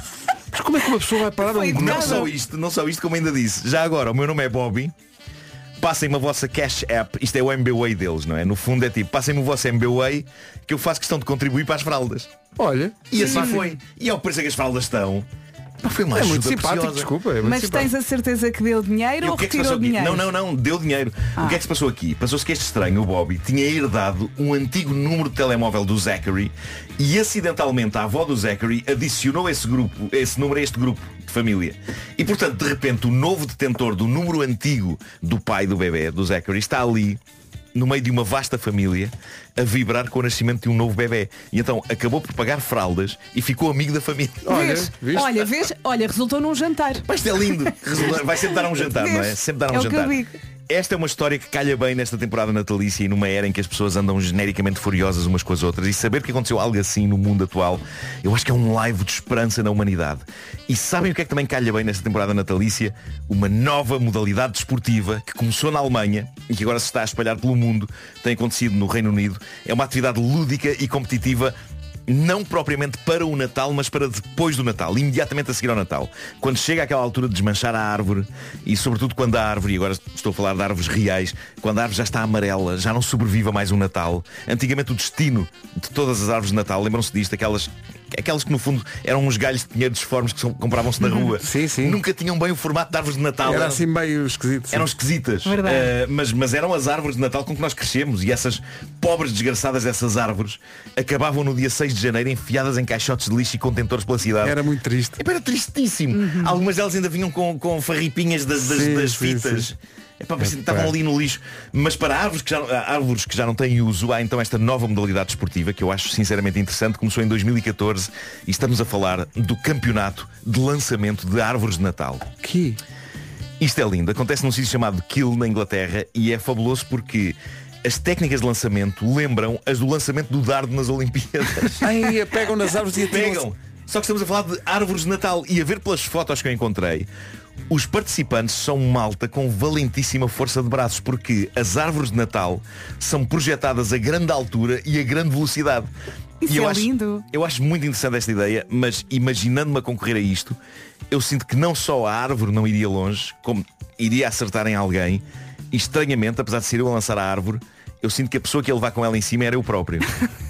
Mas como é que uma pessoa vai parar a um grupo? Não só isto, não só isto, como ainda disse. Já agora, o meu nome é Bobby. Passem-me a vossa Cash App. Isto é o M B W A Y deles, não é? No fundo é tipo, passem-me o vosso M B W A Y, que eu faço questão de contribuir para as fraldas. Olha. E assim foi. E ao preço que as fraldas estão, foi uma é ajuda muito simpático, preciosa. desculpa. É muito Mas simpático. tens a certeza que deu dinheiro ou que é que retirou dinheiro? Não, não, não, deu dinheiro. Ah. O que é que se passou aqui? Passou-se que este estranho, o Bobby, tinha herdado um antigo número de telemóvel do Zachary e acidentalmente a avó do Zachary adicionou esse grupo, esse número a este grupo de família. E portanto, de repente, o novo detentor do número antigo do pai do bebê, do Zachary, está ali no meio de uma vasta família a vibrar com o nascimento de um novo bebê. E então acabou por pagar fraldas e ficou amigo da família. Olha, vês? Olha, vês? Olha, resultou num jantar. Mas é lindo. Vai sempre dar um jantar, vês? Não é? Sempre dar um é jantar. O que eu digo. Esta é uma história que calha bem nesta temporada natalícia e numa era em que as pessoas andam genericamente furiosas umas com as outras. E saber que aconteceu algo assim no mundo atual, eu acho que é um live de esperança na humanidade. E sabem o que é que também calha bem nesta temporada natalícia? Uma nova modalidade desportiva que começou na Alemanha e que agora se está a espalhar pelo mundo, tem acontecido no Reino Unido. É uma atividade lúdica e competitiva, não propriamente para o Natal, mas para depois do Natal, imediatamente a seguir ao Natal. Quando chega aquela altura de desmanchar a árvore, e sobretudo quando a árvore, e agora estou a falar de árvores reais, quando a árvore já está amarela, já não sobrevive a mais um Natal. Antigamente o destino de todas as árvores de Natal, lembram-se disto, aquelas, aquelas que no fundo eram uns galhos de pinheiro disformes que compravam-se na rua. Sim, sim. Nunca tinham bem o formato de árvores de Natal. Era eram, assim meio esquisito. Eram esquisitas. Uh, mas, mas eram as árvores de Natal com que nós crescemos. E essas pobres desgraçadas dessas árvores acabavam no dia seis de janeiro enfiadas em caixotes de lixo e contentores pela cidade. Era muito triste. Era tristíssimo. Uhum. Algumas delas ainda vinham com, com farripinhas das, das, sim, das fitas. Sim, sim. Epá, é, estavam ali no lixo. Mas para árvores que, já, árvores que já não têm uso, há então esta nova modalidade desportiva que eu acho sinceramente interessante. Começou em dois mil e catorze e estamos a falar do campeonato de lançamento de árvores de Natal. Que? Isto é lindo. Acontece num sítio chamado Kill, na Inglaterra, e é fabuloso porque as técnicas de lançamento lembram as do lançamento do dardo nas Olimpíadas. Ai, pegam nas árvores e pegam. Só que estamos a falar de árvores de Natal. E a ver pelas fotos que eu encontrei, os participantes são malta com valentíssima força de braços, porque as árvores de Natal são projetadas a grande altura e a grande velocidade. Isso e eu é acho, lindo. Eu acho muito interessante esta ideia, mas imaginando-me a concorrer a isto, eu sinto que não só a árvore não iria longe, como iria acertar em alguém. E estranhamente, apesar de ser eu a lançar a árvore, eu sinto que a pessoa que ia levar com ela em cima era eu próprio.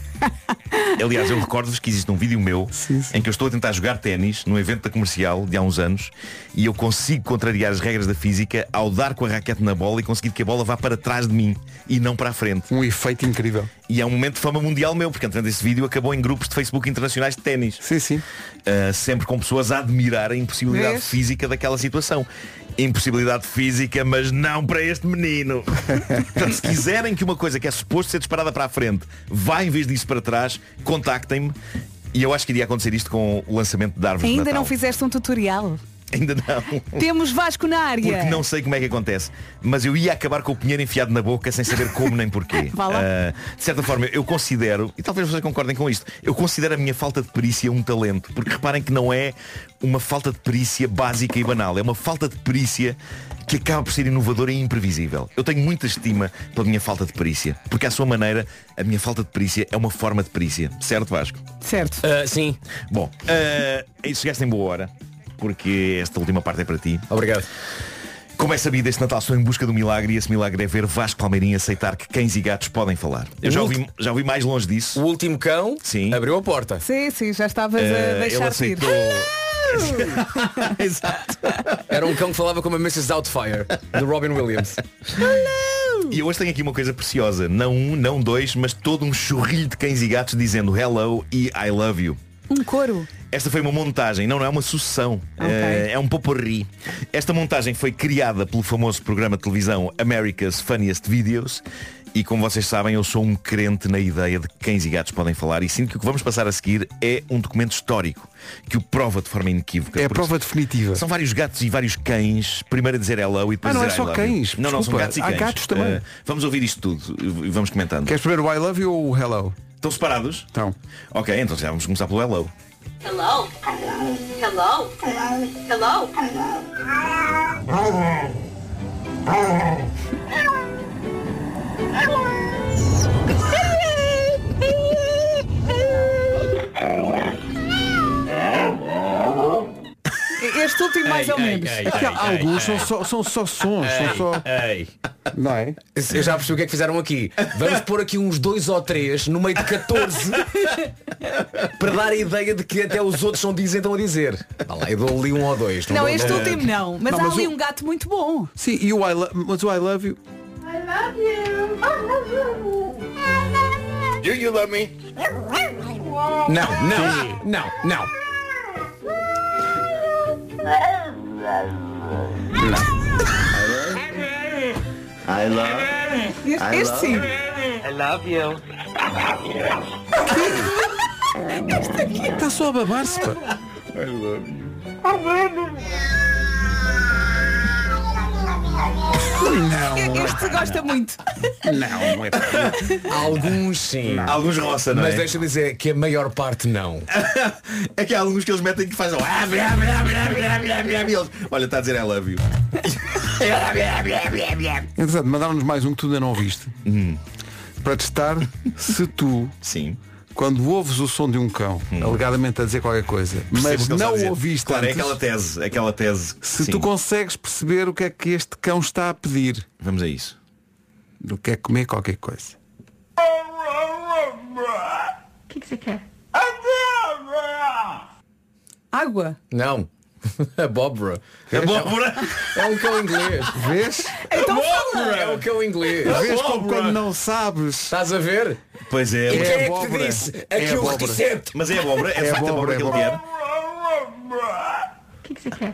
Aliás, eu recordo-vos que existe um vídeo meu sim, sim. em que eu estou a tentar jogar ténis num evento da Comercial de há uns anos e eu consigo contrariar as regras da física ao dar com a raquete na bola e conseguir que a bola vá para trás de mim e não para a frente. Um efeito incrível. E é um momento de fama mundial meu, porque entretanto esse vídeo acabou em grupos de Facebook internacionais de ténis. Sim, sim. Uh, sempre com pessoas a admirar a impossibilidade Vês? física daquela situação. Impossibilidade física, mas não para este menino. Portanto, se quiserem que uma coisa que é suposto ser disparada para a frente vá em vez disso para trás, contactem-me. E eu acho que iria acontecer isto com o lançamento de árvores de Ainda Natal. não fizeste um tutorial? Ainda não. Temos Vasco na área. Porque não sei como é que acontece. Mas eu ia acabar com o pinheiro enfiado na boca sem saber como nem porquê. uh, De certa forma, eu considero, e talvez vocês concordem com isto, eu considero a minha falta de perícia um talento. Porque reparem que não é uma falta de perícia básica e banal. É uma falta de perícia que acaba por ser inovadora e imprevisível. Eu tenho muita estima pela minha falta de perícia. Porque à sua maneira, a minha falta de perícia é uma forma de perícia. Certo, Vasco? Certo. Uh, sim. Bom, uh, chegaste em boa hora, porque esta última parte é para ti. Obrigado. Como é sabido, este Natal estou em busca do milagre e esse milagre é ver Vasco Palmeirinho aceitar que cães e gatos podem falar. Eu já ouvi, já ouvi mais longe disso. O último cão sim. abriu a porta. Sim, sim, já estavas uh, a deixar-te ir. Exato. Era um cão que falava como a missus Doubtfire, do Robin Williams. Hello! E hoje tenho aqui uma coisa preciosa. Não um, não dois, mas todo um chorrilho de cães e gatos dizendo hello e I love you. Um coro. Esta foi uma montagem, não, não é uma sucessão, okay. é, é um potpourri. Esta montagem foi criada pelo famoso programa de televisão America's Funniest Videos E como vocês sabem, eu sou um crente na ideia de que cães e gatos podem falar, e sinto que o que vamos passar a seguir é um documento histórico que o prova de forma inequívoca. É a prova definitiva. São vários gatos e vários cães, primeiro a dizer hello e depois ah, não a dizer é só I love cães. you. Não, não, são gatos e cães. Há gatos também. Uh, vamos ouvir isto tudo e vamos comentando. Queres primeiro o I love you ou o hello? Estão separados? Estão. Ok, então já vamos começar pelo hello. Hello. Hello. Hello. Este último mais ei, ou ei, menos. ei, É que há ei, alguns ei, são, só, são só sons, ei, são só. ei. Não é? Eu já percebi o que é que fizeram aqui. Vamos pôr aqui uns dois ou três no meio de catorze para dar a ideia de que até os outros não dizem, estão a dizer. Ah lá, eu dou ali um ou dois. Não, dou este dois. último não. Mas Não, há mas ali o- um gato muito bom. Sim, e o I love, mas o I love you. I love you. I love you. Do you love me? Não, não, não, não. I love. Este, este sim. I love you. Está só a babar-se, pá. Não, Este gosta muito. não, não é. Alguns sim. Alguns roça, não Mas é? deixa eu dizer que a maior parte não. É que há alguns que eles metem que fazem ah, blá, blá, blá, blá, blá, blá, e eles, olha, está a dizer I love you. Entretanto, mandaram-nos mais um que tu ainda não ouviste. Hum. Para testar se tu, Sim. quando ouves o som de um cão, alegadamente a dizer qualquer coisa, mas Percebo o que ele está a não dizer. ouviste Claro, antes, é aquela tese, é aquela tese. se Sim. tu consegues perceber o que é que este cão está a pedir, Vamos a isso. do que é comer qualquer coisa. O que, que você quer? Água. Não. Abóbora. Abóbora. É um cão inglês. Vês? Então fala. É um cão inglês. Vês como quando não sabes? Estás a ver? Pois é. E quem mas- é que te abóbora. disse? É Aqui o abóbora. reticente. Mas é abóbora, é, É de facto a abóbora, abóbora é que ele quer. O que, que você quer?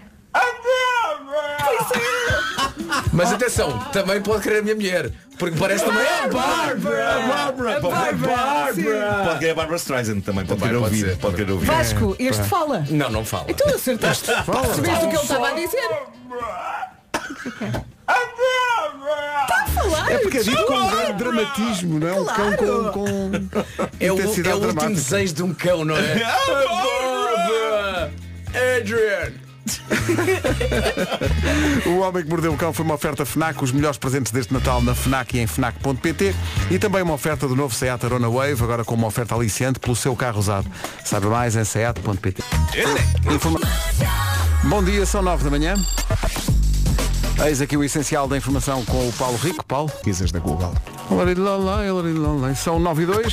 Mas atenção, também pode querer a minha mulher. Porque parece também a Bárbara. Bárbara, pode Bárbara, Pode querer a Bárbara Streisand também, pode Também querer pode ouvir, ser. pode querer ouvir. Vasco, este fala. Não, não fala. Tu acertaste. Percebeste o que ele estava a dizer? Está a falar. É porque é dito com um grande dramatismo, não é? Um cão com, com É o, é intensidade o último dramática. desejo de um cão, não é? Bárbara! Adrian! O Homem que Mordeu o Cão foi uma oferta FNAC, os melhores presentes deste Natal na FNAC e em FNAC ponto pt, e também uma oferta do novo Seat Arona Wave, agora com uma oferta aliciante pelo seu carro usado. Saiba mais em seat ponto pt. Informa... Bom dia, são nove da manhã. Eis aqui o essencial da informação com o Paulo Rico. Paulo. Pesquisas da Google. São nove e dois.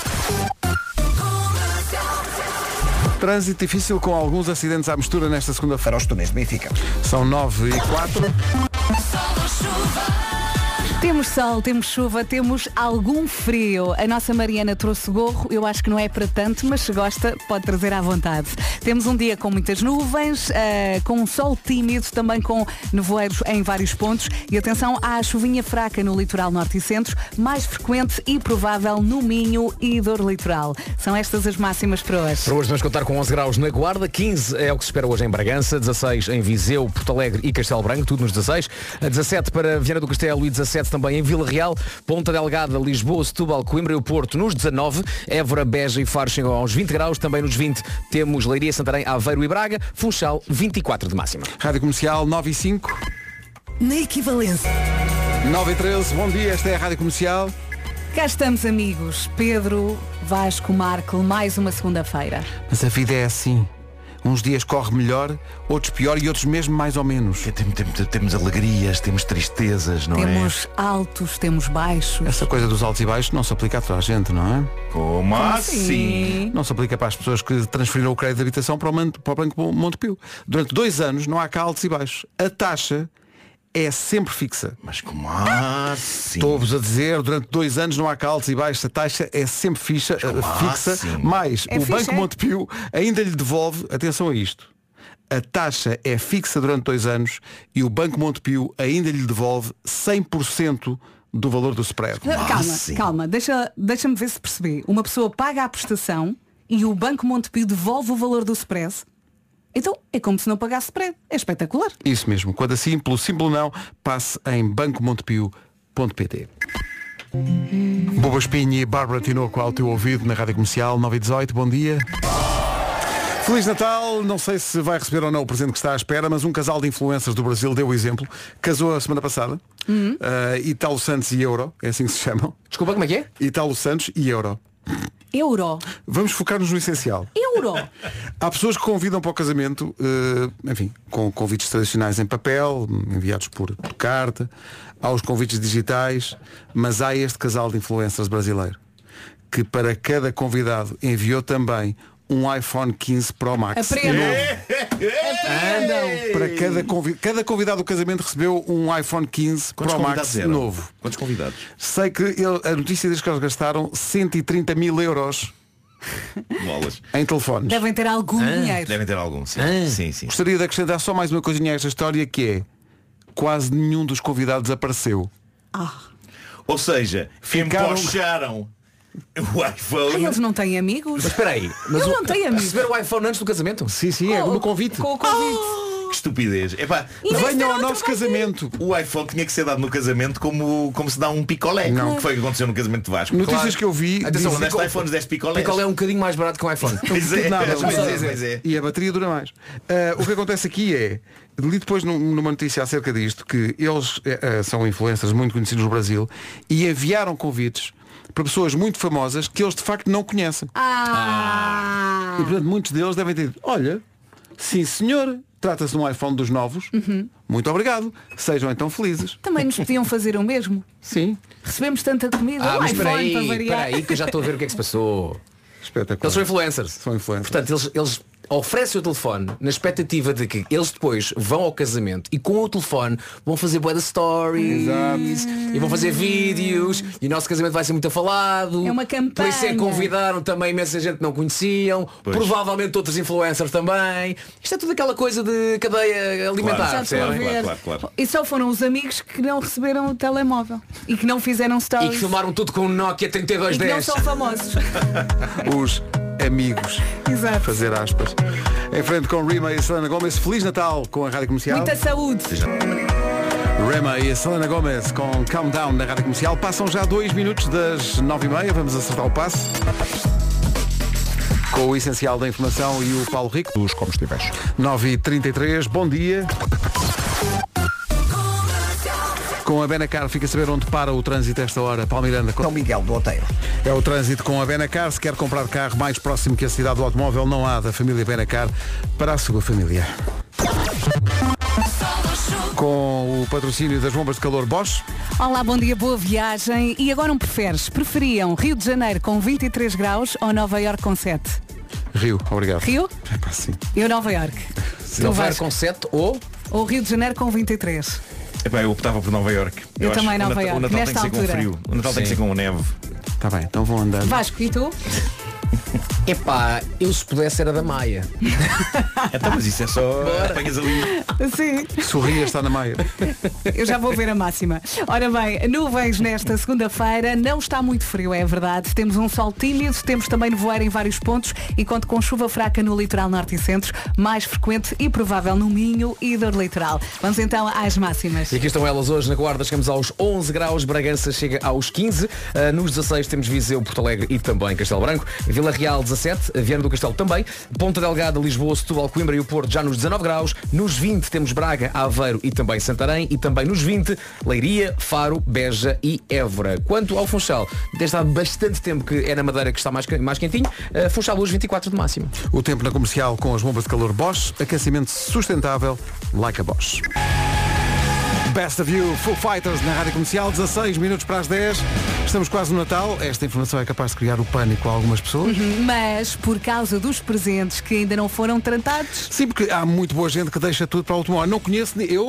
Trânsito difícil com alguns acidentes à mistura nesta segunda-feira. Para os túneis de Benfica. São nove e quatro. Temos sol, temos chuva, temos algum frio. A nossa Mariana trouxe gorro, eu acho que não é para tanto, mas se gosta pode trazer à vontade. Temos um dia com muitas nuvens, uh, com um sol tímido, também com nevoeiros em vários pontos. E atenção à chuvinha fraca no litoral norte e centro, mais frequente e provável no Minho e dor litoral. São estas as máximas para hoje. Para hoje vamos contar com onze graus na Guarda, quinze é o que se espera hoje em Bragança, dezasseis em Viseu, Porto Alegre e Castelo Branco, tudo nos dezasseis, dezassete para Viana do Castelo e dezassete também em Vila Real, Ponta Delgada, Lisboa, Setúbal, Coimbra e o Porto nos dezanove, Évora, Beja e Faro chegam aos vinte graus, também nos vinte temos Leiria, Santarém, Aveiro e Braga, Funchal vinte e quatro de máxima. Rádio Comercial nove e cinco. Na equivalência. nove e treze, bom dia, esta é a Rádio Comercial. Cá estamos, amigos. Pedro, Vasco, Marco, mais uma segunda-feira. Mas a vida é assim. Uns dias corre melhor, outros pior e outros mesmo mais ou menos. Temos, temos, temos alegrias, temos tristezas, não Temos altos, temos baixos. Essa coisa dos altos e baixos não se aplica a toda a gente, não é? Como assim? Não se aplica para as pessoas que transferiram o crédito de habitação para o, Man- para o Banco Montepio. Durante dois anos não há cá altos e baixos. A taxa é sempre fixa. Mas como assim? Estou-vos a dizer, durante dois anos não há cá altos e baixos, a taxa é sempre fixa, como fixa, assim? mas É o fixe, Banco é? Montepio ainda lhe devolve, atenção a isto, a taxa é fixa durante dois anos e o Banco Montepio ainda lhe devolve cem por cento do valor do spread. Calma, calma, deixa, deixa-me ver se percebi. Uma pessoa paga a prestação e o Banco Montepio devolve o valor do spread. Então é como se não pagasse spread. É espetacular. Isso mesmo. Quando assim, pelo simples não, passe em banco montepio ponto pt. Boba Espinha e Bárbara Tinoco ao teu ouvido na Rádio Comercial nove e dezoito. Bom dia. Feliz Natal. Não sei se vai receber ou não o presente que está à espera, mas um casal de influencers do Brasil deu o exemplo. Casou a semana passada. Uhum. Uh, Italo Santos e Euro. É assim que se chamam. Desculpa, como é que é? Italo Santos e Euro. Euro. Vamos focar-nos no essencial. Euro. Há pessoas que convidam para o casamento, uh, enfim, com convites tradicionais em papel, enviados por, por carta. Há os convites digitais, mas há este casal de influencers brasileiro que para cada convidado enviou também um iPhone quinze Pro Max. Aprendam. Para cada, convid... cada convidado do casamento recebeu um iPhone quinze Quantos Pro Max eram? novo. Quantos convidados? Sei que ele, a notícia diz que eles gastaram cento e trinta mil euros Bolas. em telefones. Devem ter algum ah, dinheiro. Devem ter algum, sim. Ah. sim, sim. Gostaria de acrescentar só mais uma coisinha a esta história, que é quase nenhum dos convidados apareceu. Ah. Ou seja, Ficaram... empocharam o iPhone. Ai, eles não têm amigos? Mas espera aí, mas Eles o... não têm amigos. receberam o iPhone antes do casamento? Sim, sim, é Com- no convite. Com o convite. Que estupidez. Epá, E nem Venham sequer ao outro nosso convite. casamento. o iPhone tinha que ser dado no casamento como, como se dá um picolé. Não. Que foi o que aconteceu no casamento de Vasco. Notícias Claro. que eu vi Atenção, dizem- não deste iPhones, deste picolés. Picolé é um bocadinho mais barato que um iPhone. Pois é, Nada, pois não é, sei. pois é. E a bateria dura mais. Ah, o que acontece aqui é, li depois num- numa notícia acerca disto, que eles eh, são influencers muito conhecidos no Brasil e enviaram convites para pessoas muito famosas que eles de facto não conhecem. Ah. E portanto muitos deles devem ter dito, olha, sim senhor, trata-se de um iPhone dos novos, Uhum. muito obrigado, sejam então felizes. Também nos podiam fazer o mesmo. Sim, Recebemos tanta comida. Ah, um mas iPhone espera aí, para espera variar. aí que eu já estou a ver o que é que se passou. espetacular. Eles são influencers. São influencers. Portanto, eles, eles oferecem o telefone na expectativa de que eles depois vão ao casamento e com o telefone vão fazer bué de stories e vão fazer vídeos e o nosso casamento vai ser muito falado. É uma campanha. Por isso é que convidaram também imensa gente que não conheciam, Pois. provavelmente outros influencers também. Isto é tudo aquela coisa de cadeia alimentar. Claro, Já estou a percebem? ver. claro, claro, claro. E só foram os amigos que não receberam o telemóvel e que não fizeram E stories que filmaram tudo com o Nokia trinta e dois e que não dez. são famosos. Os amigos. Exato. Fazer aspas. Em frente com Rima e Selena Gomez. Feliz Natal com a Rádio Comercial. Muita saúde. Rema e a Selena Gomez com Calm Down na Rádio Comercial. Passam já dois minutos das nove e meia. Vamos acertar o passo. Com o essencial da informação e o Paulo Rico. Dos combustíveis. nove e trinta e três. Bom dia. Com a Benacar fica a saber onde para o trânsito a esta hora. Paulo Miranda. São Miguel do Oteiro. É o trânsito com a Benacar. Se quer comprar carro mais próximo que a cidade do automóvel, não há da família Benacar para a sua família. Com o patrocínio das bombas de calor Bosch. Olá, bom dia, boa viagem. E agora um preferes? Preferiam Rio de Janeiro com vinte e três graus ou Nova Iorque com sete? Rio, obrigado. Rio? É pá, sim. Eu Nova Iorque. Tu Não vai Vasco? com sete ou... Ou Rio de Janeiro com vinte e três? Epá, eu optava por Nova Iorque. Eu acho também que o Nova Natal- Iorque, O Natal tem nesta que ser com altura. frio. O Natal tem que Sim. ser com neve. Está bem, então vão andando. Vasco, e tu? Epá, eu se pudesse era da Maia. Então, mas isso é só apanhas ali. Sim. Sorria, está na Maia. Eu já vou ver a máxima. Ora bem, nuvens nesta segunda-feira, não está muito frio, é verdade. Temos um sol tímido, temos também nevoeiro em vários pontos e conto com chuva fraca no litoral norte e centro, mais frequente e provável no Minho e dor litoral. Vamos então às máximas. E aqui estão elas hoje na Guarda, chegamos aos onze graus, Bragança chega aos quinze, uh, nos dezasseis temos Viseu, Porto Alegre e também Castelo Branco, Vila Real dezassete, Viana do Castelo também, Ponta Delgada, Lisboa, Setúbal, Coimbra e o Porto já nos dezanove graus, nos vinte temos Braga, Aveiro e também Santarém e também nos vinte Leiria, Faro, Beja e Évora. Quanto ao Funchal, desde há bastante tempo que é na Madeira que está mais, mais quentinho, uh, Funchal hoje vinte e quatro de máximo. O tempo na comercial com as bombas de calor Bosch, aquecimento sustentável, like a Bosch. Best of You, Foo Fighters na Rádio Comercial, dezasseis minutos para as dez. Estamos quase no Natal. Esta informação é capaz de criar o pânico a algumas pessoas. Uhum, mas por causa dos presentes que ainda não foram tratados. Sim, porque há muito boa gente que deixa tudo para a última hora. Não conheço, ni- eu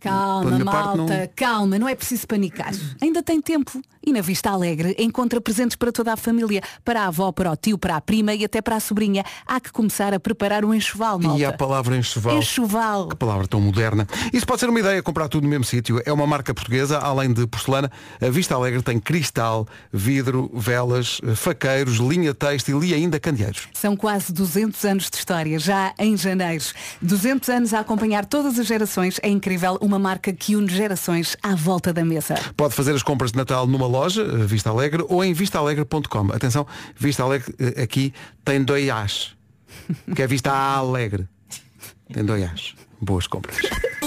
Calma, Pela minha malta, parte, não- calma, não é preciso panicar. Ainda tem tempo. E na Vista Alegre encontra presentes para toda a família, para a avó, para o tio, para a prima e até para a sobrinha. Há que começar a preparar um enxoval, malta. E a palavra enxoval. Enxoval. Que palavra tão moderna. Isso pode ser uma ideia, comprar tudo no mesmo sítio. É uma marca portuguesa, além de porcelana. A Vista Alegre tem cristal, vidro, velas, faqueiros, linha têxtil e ainda candeeiros. São quase duzentos anos de história, já em janeiro. duzentos anos a acompanhar todas as gerações. É incrível, uma marca que une gerações à volta da mesa. Pode fazer as compras de Natal numa loja, Vista Alegre, ou em vista alegre ponto com. Atenção, Vista Alegre eh, aqui tem dois As. Que é Vista Alegre. Tem dois As. Boas compras.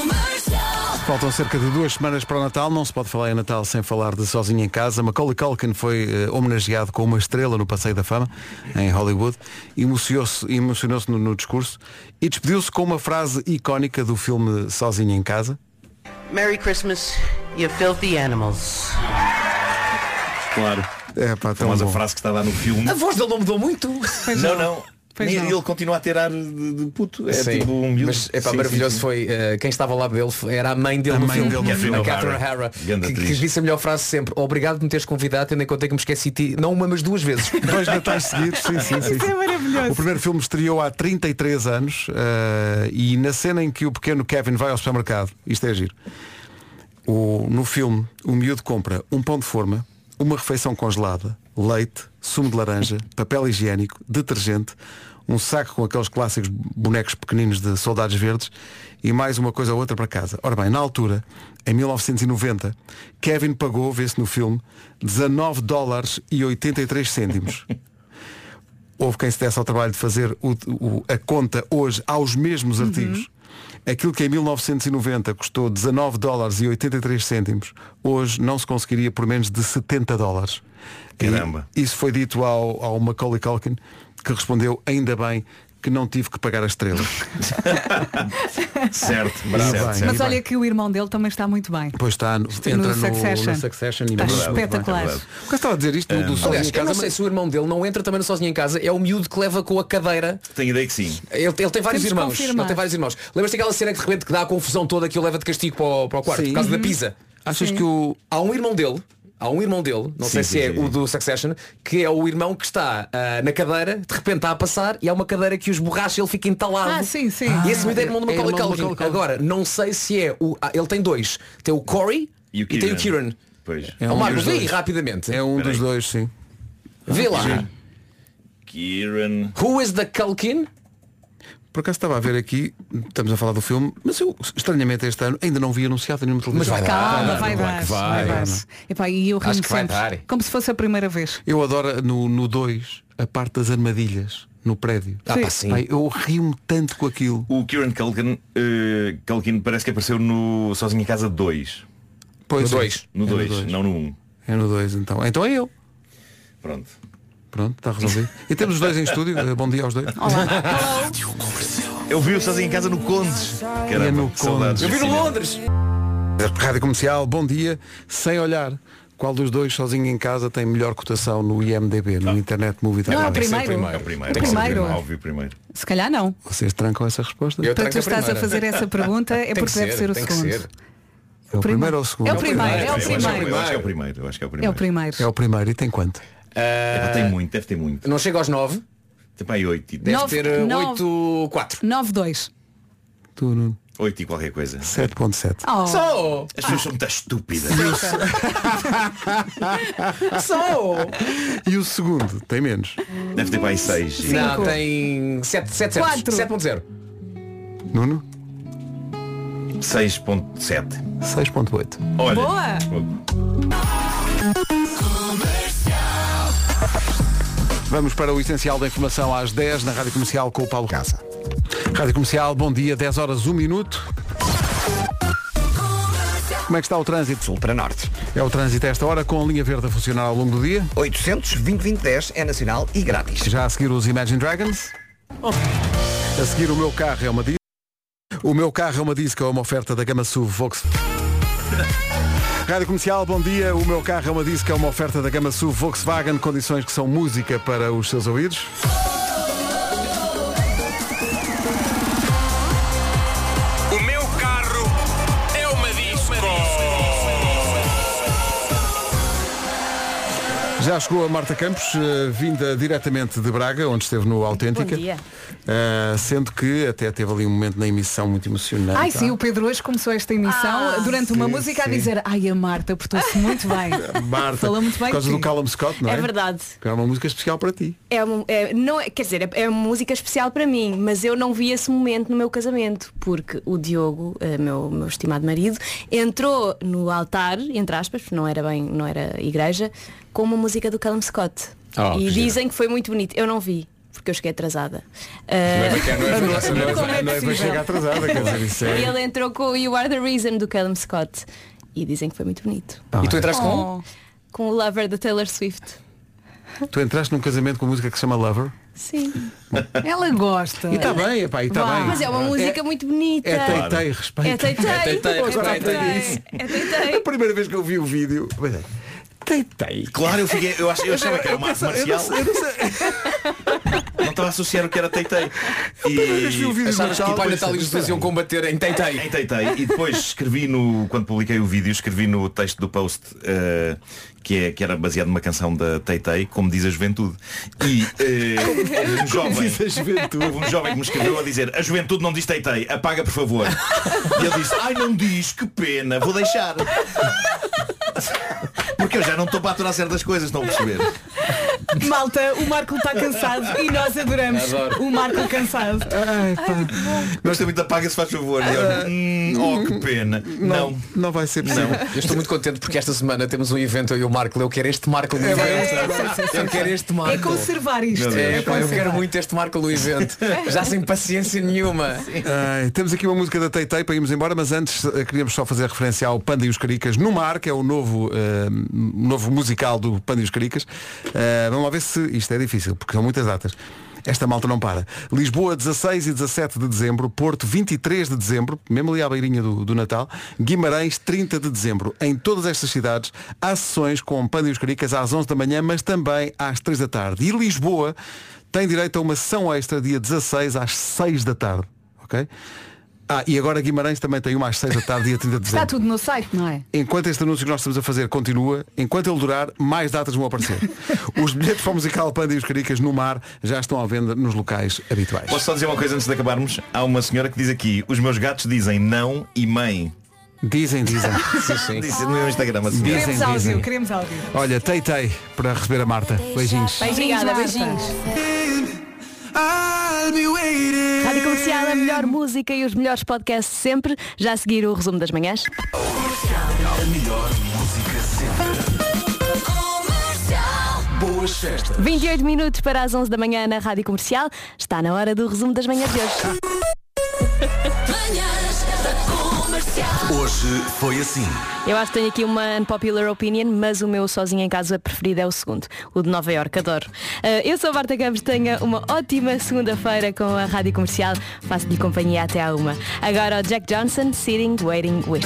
Faltam cerca de duas semanas para o Natal. Não se pode falar em Natal sem falar de Sozinho em Casa. Macaulay Culkin foi eh, homenageado com uma estrela no Passeio da Fama, em Hollywood. Emocionou-se emocionou-se no, no discurso e despediu-se com uma frase icónica do filme Sozinho em Casa. Merry Christmas, you filthy animals. Claro. É pá, a famosa bom. frase que está lá no filme. A voz dele não mudou muito. Não, não. Pois E não. ele continua a ter ar de, de puto. É Sim, tipo um miúdo. mas epá, Sim, maravilhoso sim, sim. foi uh, quem estava ao lado dele foi- era a mãe dele A no mãe filme, dele no filme. a Catherine O'Hara. O'Hara, Grande que, que atriz. disse a melhor frase sempre: obrigado por me teres convidado, tendo em conta que me esqueci de ti, não uma, mas duas vezes. Dois Natais seguidos, sim, sim, sim. Isso é maravilhoso. O primeiro filme estreou há trinta e três anos eh, e na cena em que o pequeno Kevin vai ao supermercado, isto é giro, o, no filme o miúdo compra um pão de forma, uma refeição congelada, leite, sumo de laranja, papel higiênico, detergente, um saco com aqueles clássicos bonecos pequeninos de soldados verdes e mais uma coisa ou outra para casa. Ora bem, na altura, em mil novecentos e noventa, Kevin pagou, vê-se no filme, dezanove dólares e oitenta e três cêntimos. Houve quem se desse ao trabalho de fazer o- o- a conta hoje aos mesmos artigos. Aquilo que em mil novecentos e noventa custou dezanove dólares e oitenta e três cêntimos, hoje não se conseguiria por menos de setenta dólares. Caramba. E isso foi dito ao, ao Macaulay Culkin, que respondeu: ainda bem que não tive que pagar a estrela. Certo, Bravo. certo, Bem. certo. Mas olha que o irmão dele também está muito bem. Depois está, no, Está entra no no, Succession. no Succession e Está muito bem. espetacular. É verdade. Porque eu estava a dizer isto do, do Sozinho Aliás, em eu Casa, não mas- sei se o irmão dele não entra também no Sozinho em Casa, é o miúdo que leva com a cadeira. Tenho ideia que sim. Ele, ele tem vários Temos que irmãos. confirmar. Ele tem vários irmãos. Lembras-te daquela cena que de repente que dá a confusão toda que ele leva de castigo para o, para o quarto Sim. por causa Uhum. da pizza? Achas que o. Há um irmão dele, há um irmão dele, não Sim, sei sim, se é sim, o sim. do Succession, que é o irmão que está ah, na cadeira, de repente está a passar e há uma cadeira que os borracha e ele fica entalado. Ah, sim, sim. E esse miúdo é irmão do é Macaulay irmão do Culkin. Macaulay Culkin. Agora, não sei se é o. ah, ele tem dois. Tem o Corey E o tem o Kieran. Pois. É Ó um Marco, dos vê aí dois. rapidamente. É um Espera dos aí. dois, sim. Vê lá. Kieran. Who is the Culkin? Por acaso estava a ver aqui, estamos a falar do filme, mas eu, estranhamente, este ano ainda não vi anunciado em nenhuma televisão. Mas vai Calma, dar, vai claro dar. que vai. dar. Epá, e eu Acho rimo que vai sempre. dar. Como se fosse a primeira vez. Eu adoro no dois a parte das armadilhas no prédio. Ah, pá, sim. Pai, eu rio-me tanto com aquilo. O Kieran Culkin, eh, Culkin parece que apareceu no Sozinho em Casa dois. Pois No é. dois. No É dois, dois. não no um. É no dois, então. Então é eu. Pronto. Pronto, está resolvido. E temos os dois em estúdio. Eh, Bom dia aos dois. Eu vi o Sozinho em Casa no Condes. É Caramba, no que saudades. Eu vi no desse cinema. Londres. Rádio Comercial, bom dia. Sem olhar, qual dos dois sozinho em casa tem melhor cotação no I M D B, no Internet Movie Não, é o Database? primeiro. É o primeiro. O primeiro. Óbvio, o primeiro. Se calhar não. Vocês trancam essa resposta? Eu Para tranco tu a estás a primeira. fazer essa pergunta é Tem porque que deve ser, ser o tem que segundo. ser. É o primeiro ou o segundo? É o primeiro, é o Eu acho que é o primeiro. Eu acho que é o primeiro. Eu acho que é o É primeiro. o primeiro. É o primeiro. E tem quanto? Epá, tem muito, deve ter muito. Não chega aos nove. Tem para aí oito. e- Deve Nove- ter nove- oito quatro. nove dois. Tu, Nuno. Oito e qualquer coisa. sete ponto sete. Oh. Só! As pessoas são muito estúpidas. Só! E o segundo? Tem menos. Deve ter para aí seis. Não, tem sete, sete, Quatro. sete ponto zero. Nuno? seis ponto sete. seis ponto oito. Olha. Boa! Vamos para o essencial da informação às dez na Rádio Comercial com o Paulo Casa. Rádio Comercial, bom dia, dez horas, um minuto. Como é que está o trânsito? Sul para norte. É o trânsito a esta hora com a linha verde a funcionar ao longo do dia. oitocentos, vinte, vinte, dez é nacional e grátis. Já a seguir os Imagine Dragons. A seguir o meu carro é uma disco. O meu carro é uma disco, é uma oferta da gama S U V Volkswagen. Rádio Comercial, bom dia. O meu carro é uma disco, é uma oferta da gama S U V Volkswagen. Condições que são música para os seus ouvidos. O meu carro é uma Já chegou a Marta Campos, uh, vinda diretamente de Braga, onde esteve no Autêntica. Bom dia. Uh, sendo que até teve ali um momento na emissão muito emocionante. Ai sim, o Pedro hoje começou esta emissão Ah, durante uma sim, música sim. a dizer: ai, a Marta portou-se muito bem. Marta, Falou muito bem por causa de do ti. Callum Scott, não é? É verdade. Que era uma música especial para ti. É, uma- é- não é, quer dizer, é, é uma música especial para mim, mas eu não vi esse momento no meu casamento, porque o Diogo, eh, meu, meu estimado marido, entrou no altar, entre aspas, não era bem, não era igreja, com uma música do Callum Scott. Oh, e que dizem que foi muito bonito. Eu não vi, porque eu cheguei atrasada. Não é Ah, bacana, não é Não, fácil, não, não é não, fácil. não é para chegar atrasada, quer dizer, isso e é... ele entrou com o You Are the Reason do Callum Scott. E dizem que foi muito bonito. E tu entraste com? Com o Lover da Taylor Swift. Tu entraste num casamento com música que se chama Lover? Sim. Ela gosta. E está bem, epá, e está Vá. bem. Mas é uma música muito bonita. É tei-tei, respeito. É tei-tei. É tei-tei, Agora é tei-tei. aprendi isso. É tei-tei. A primeira vez que eu vi o vídeo, pois é, tei-tei. Claro, eu, fiquei, eu, ach, eu achava que era uma arte Eu não marcial. sei- eu não sei- Não estava a associar o que era Teitei. primeira vez vi o vídeo Achavas no que o Pai Natal, Natal e os Jesus iam combater em Teitei. Em Teitei. E depois escrevi no, quando publiquei o vídeo, escrevi no texto do post eh, que, é, que era baseado numa canção da Teitei, como diz a juventude. E eh, houve um jovem, diz a juventude. houve um jovem que me escreveu a dizer: a juventude não diz Teitei, apaga por favor. E ele disse: ai, não diz, que pena, vou deixar. Porque eu já não estou para aturar certas coisas, estão a perceber? Malta, o Marco está cansado e nós adoramos Adoro. o Marco cansado. Ai, pá. Gosto muito, apaga se faz favor. E eu, hum, oh, que pena. Não. Não, não vai ser possível. Eu estou muito contente porque esta semana temos um evento, eu e o Marco. Eu quero este Marco no É evento. Eu quero este Marco. É conservar isto. É, pá, eu quero muito este Marco no evento. Já sem paciência nenhuma. Ai, temos aqui uma música da Teitei para irmos embora, mas antes eh, queríamos só fazer referência ao Panda e os Caricas no Mar, que é o novo, eh, novo musical do Panda e os Caricas. Eh, vamos lá ver se isto é difícil, porque são muitas datas. Esta malta não para. Lisboa, dezasseis e dezassete de dezembro. Porto, vinte e três de dezembro, mesmo ali à beirinha do, do Natal. Guimarães, trinta de dezembro. Em todas estas cidades há sessões com Panda e os Caricas às onze da manhã, mas também às três da tarde. E Lisboa tem direito a uma sessão extra dia dezasseis às seis da tarde. Ok? Ah, e agora Guimarães também tem uma às seis da tarde, dia trinta de Está dezembro. tudo no site, não é? Enquanto este anúncio que nós estamos a fazer continua, enquanto ele durar, mais datas vão aparecer. Os bilhetes para o musical Panda e os Caricas no Mar já estão à venda nos locais habituais. Posso só dizer uma coisa antes de acabarmos? Há uma senhora que diz aqui: os meus gatos dizem não e mãe. Dizem, dizem. Sim, sim. Disse no meu Instagram a senhora. Dizem, Queremos áudio, dizem. queremos áudio. Olha, Teitei para receber a Marta. Beijinhos. Obrigada, Marta. beijinhos. Rádio Comercial, a melhor música e os melhores podcasts sempre. Já a seguir o resumo das manhãs. A melhor música sempre. Boas festas. vinte e oito minutos para as onze da manhã na Rádio Comercial. Está na hora do resumo das manhãs de hoje. Hoje foi assim. Eu acho que tenho aqui uma unpopular opinion, mas o meu sozinho em casa preferido é o segundo, o de Nova Iorque, adoro. Uh, eu sou a Marta Campos, tenha uma ótima segunda-feira com a Rádio Comercial, faço-lhe companhia até à uma. Agora o Jack Johnson, Sitting, Waiting With.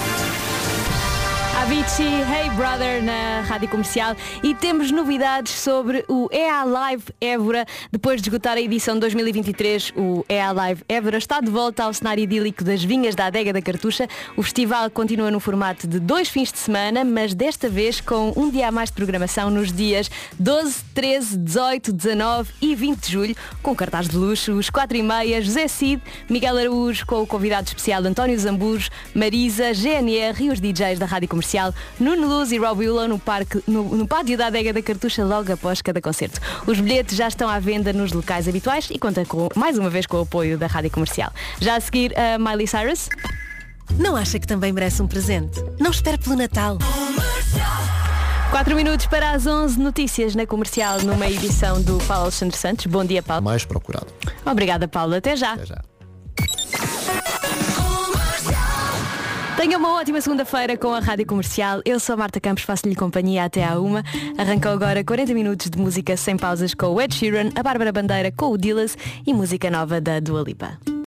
Avicii, Hey Brother na Rádio Comercial e temos novidades sobre o E A Live Évora. Depois de esgotar a edição de dois mil e vinte e três, o E A Live Évora está de volta ao cenário idílico das vinhas da Adega da Cartucha. O festival continua no formato de dois fins de semana, mas desta vez com um dia a mais de programação nos dias doze, treze, dezoito, dezanove e vinte de julho, com cartaz de luxo, os quatro e meia, José Cid, Miguel Araújo, com o convidado especial António Zambujo, Marisa, G N R e os D Js da Rádio Comercial, Nuno Luz e Rob Willow no, parque, no, no pátio da Adega da Cartucha logo após cada concerto. Os bilhetes já estão à venda nos locais habituais e conta com, mais uma vez com o apoio da Rádio Comercial. Já a seguir a Miley Cyrus. Não acha que também merece um presente? Não espere pelo Natal. quatro minutos para as onze, notícias na Comercial numa edição do Paulo Alexandre Santos. Bom dia, Paulo. Mais procurado. Obrigada, Paulo. Até já. Até já. Tenha uma ótima segunda-feira com a Rádio Comercial. Eu sou a Marta Campos, faço-lhe companhia até à uma. Arrancou agora quarenta minutos de música sem pausas com o Ed Sheeran, a Bárbara Bandeira com o Dillas e música nova da Dua Lipa.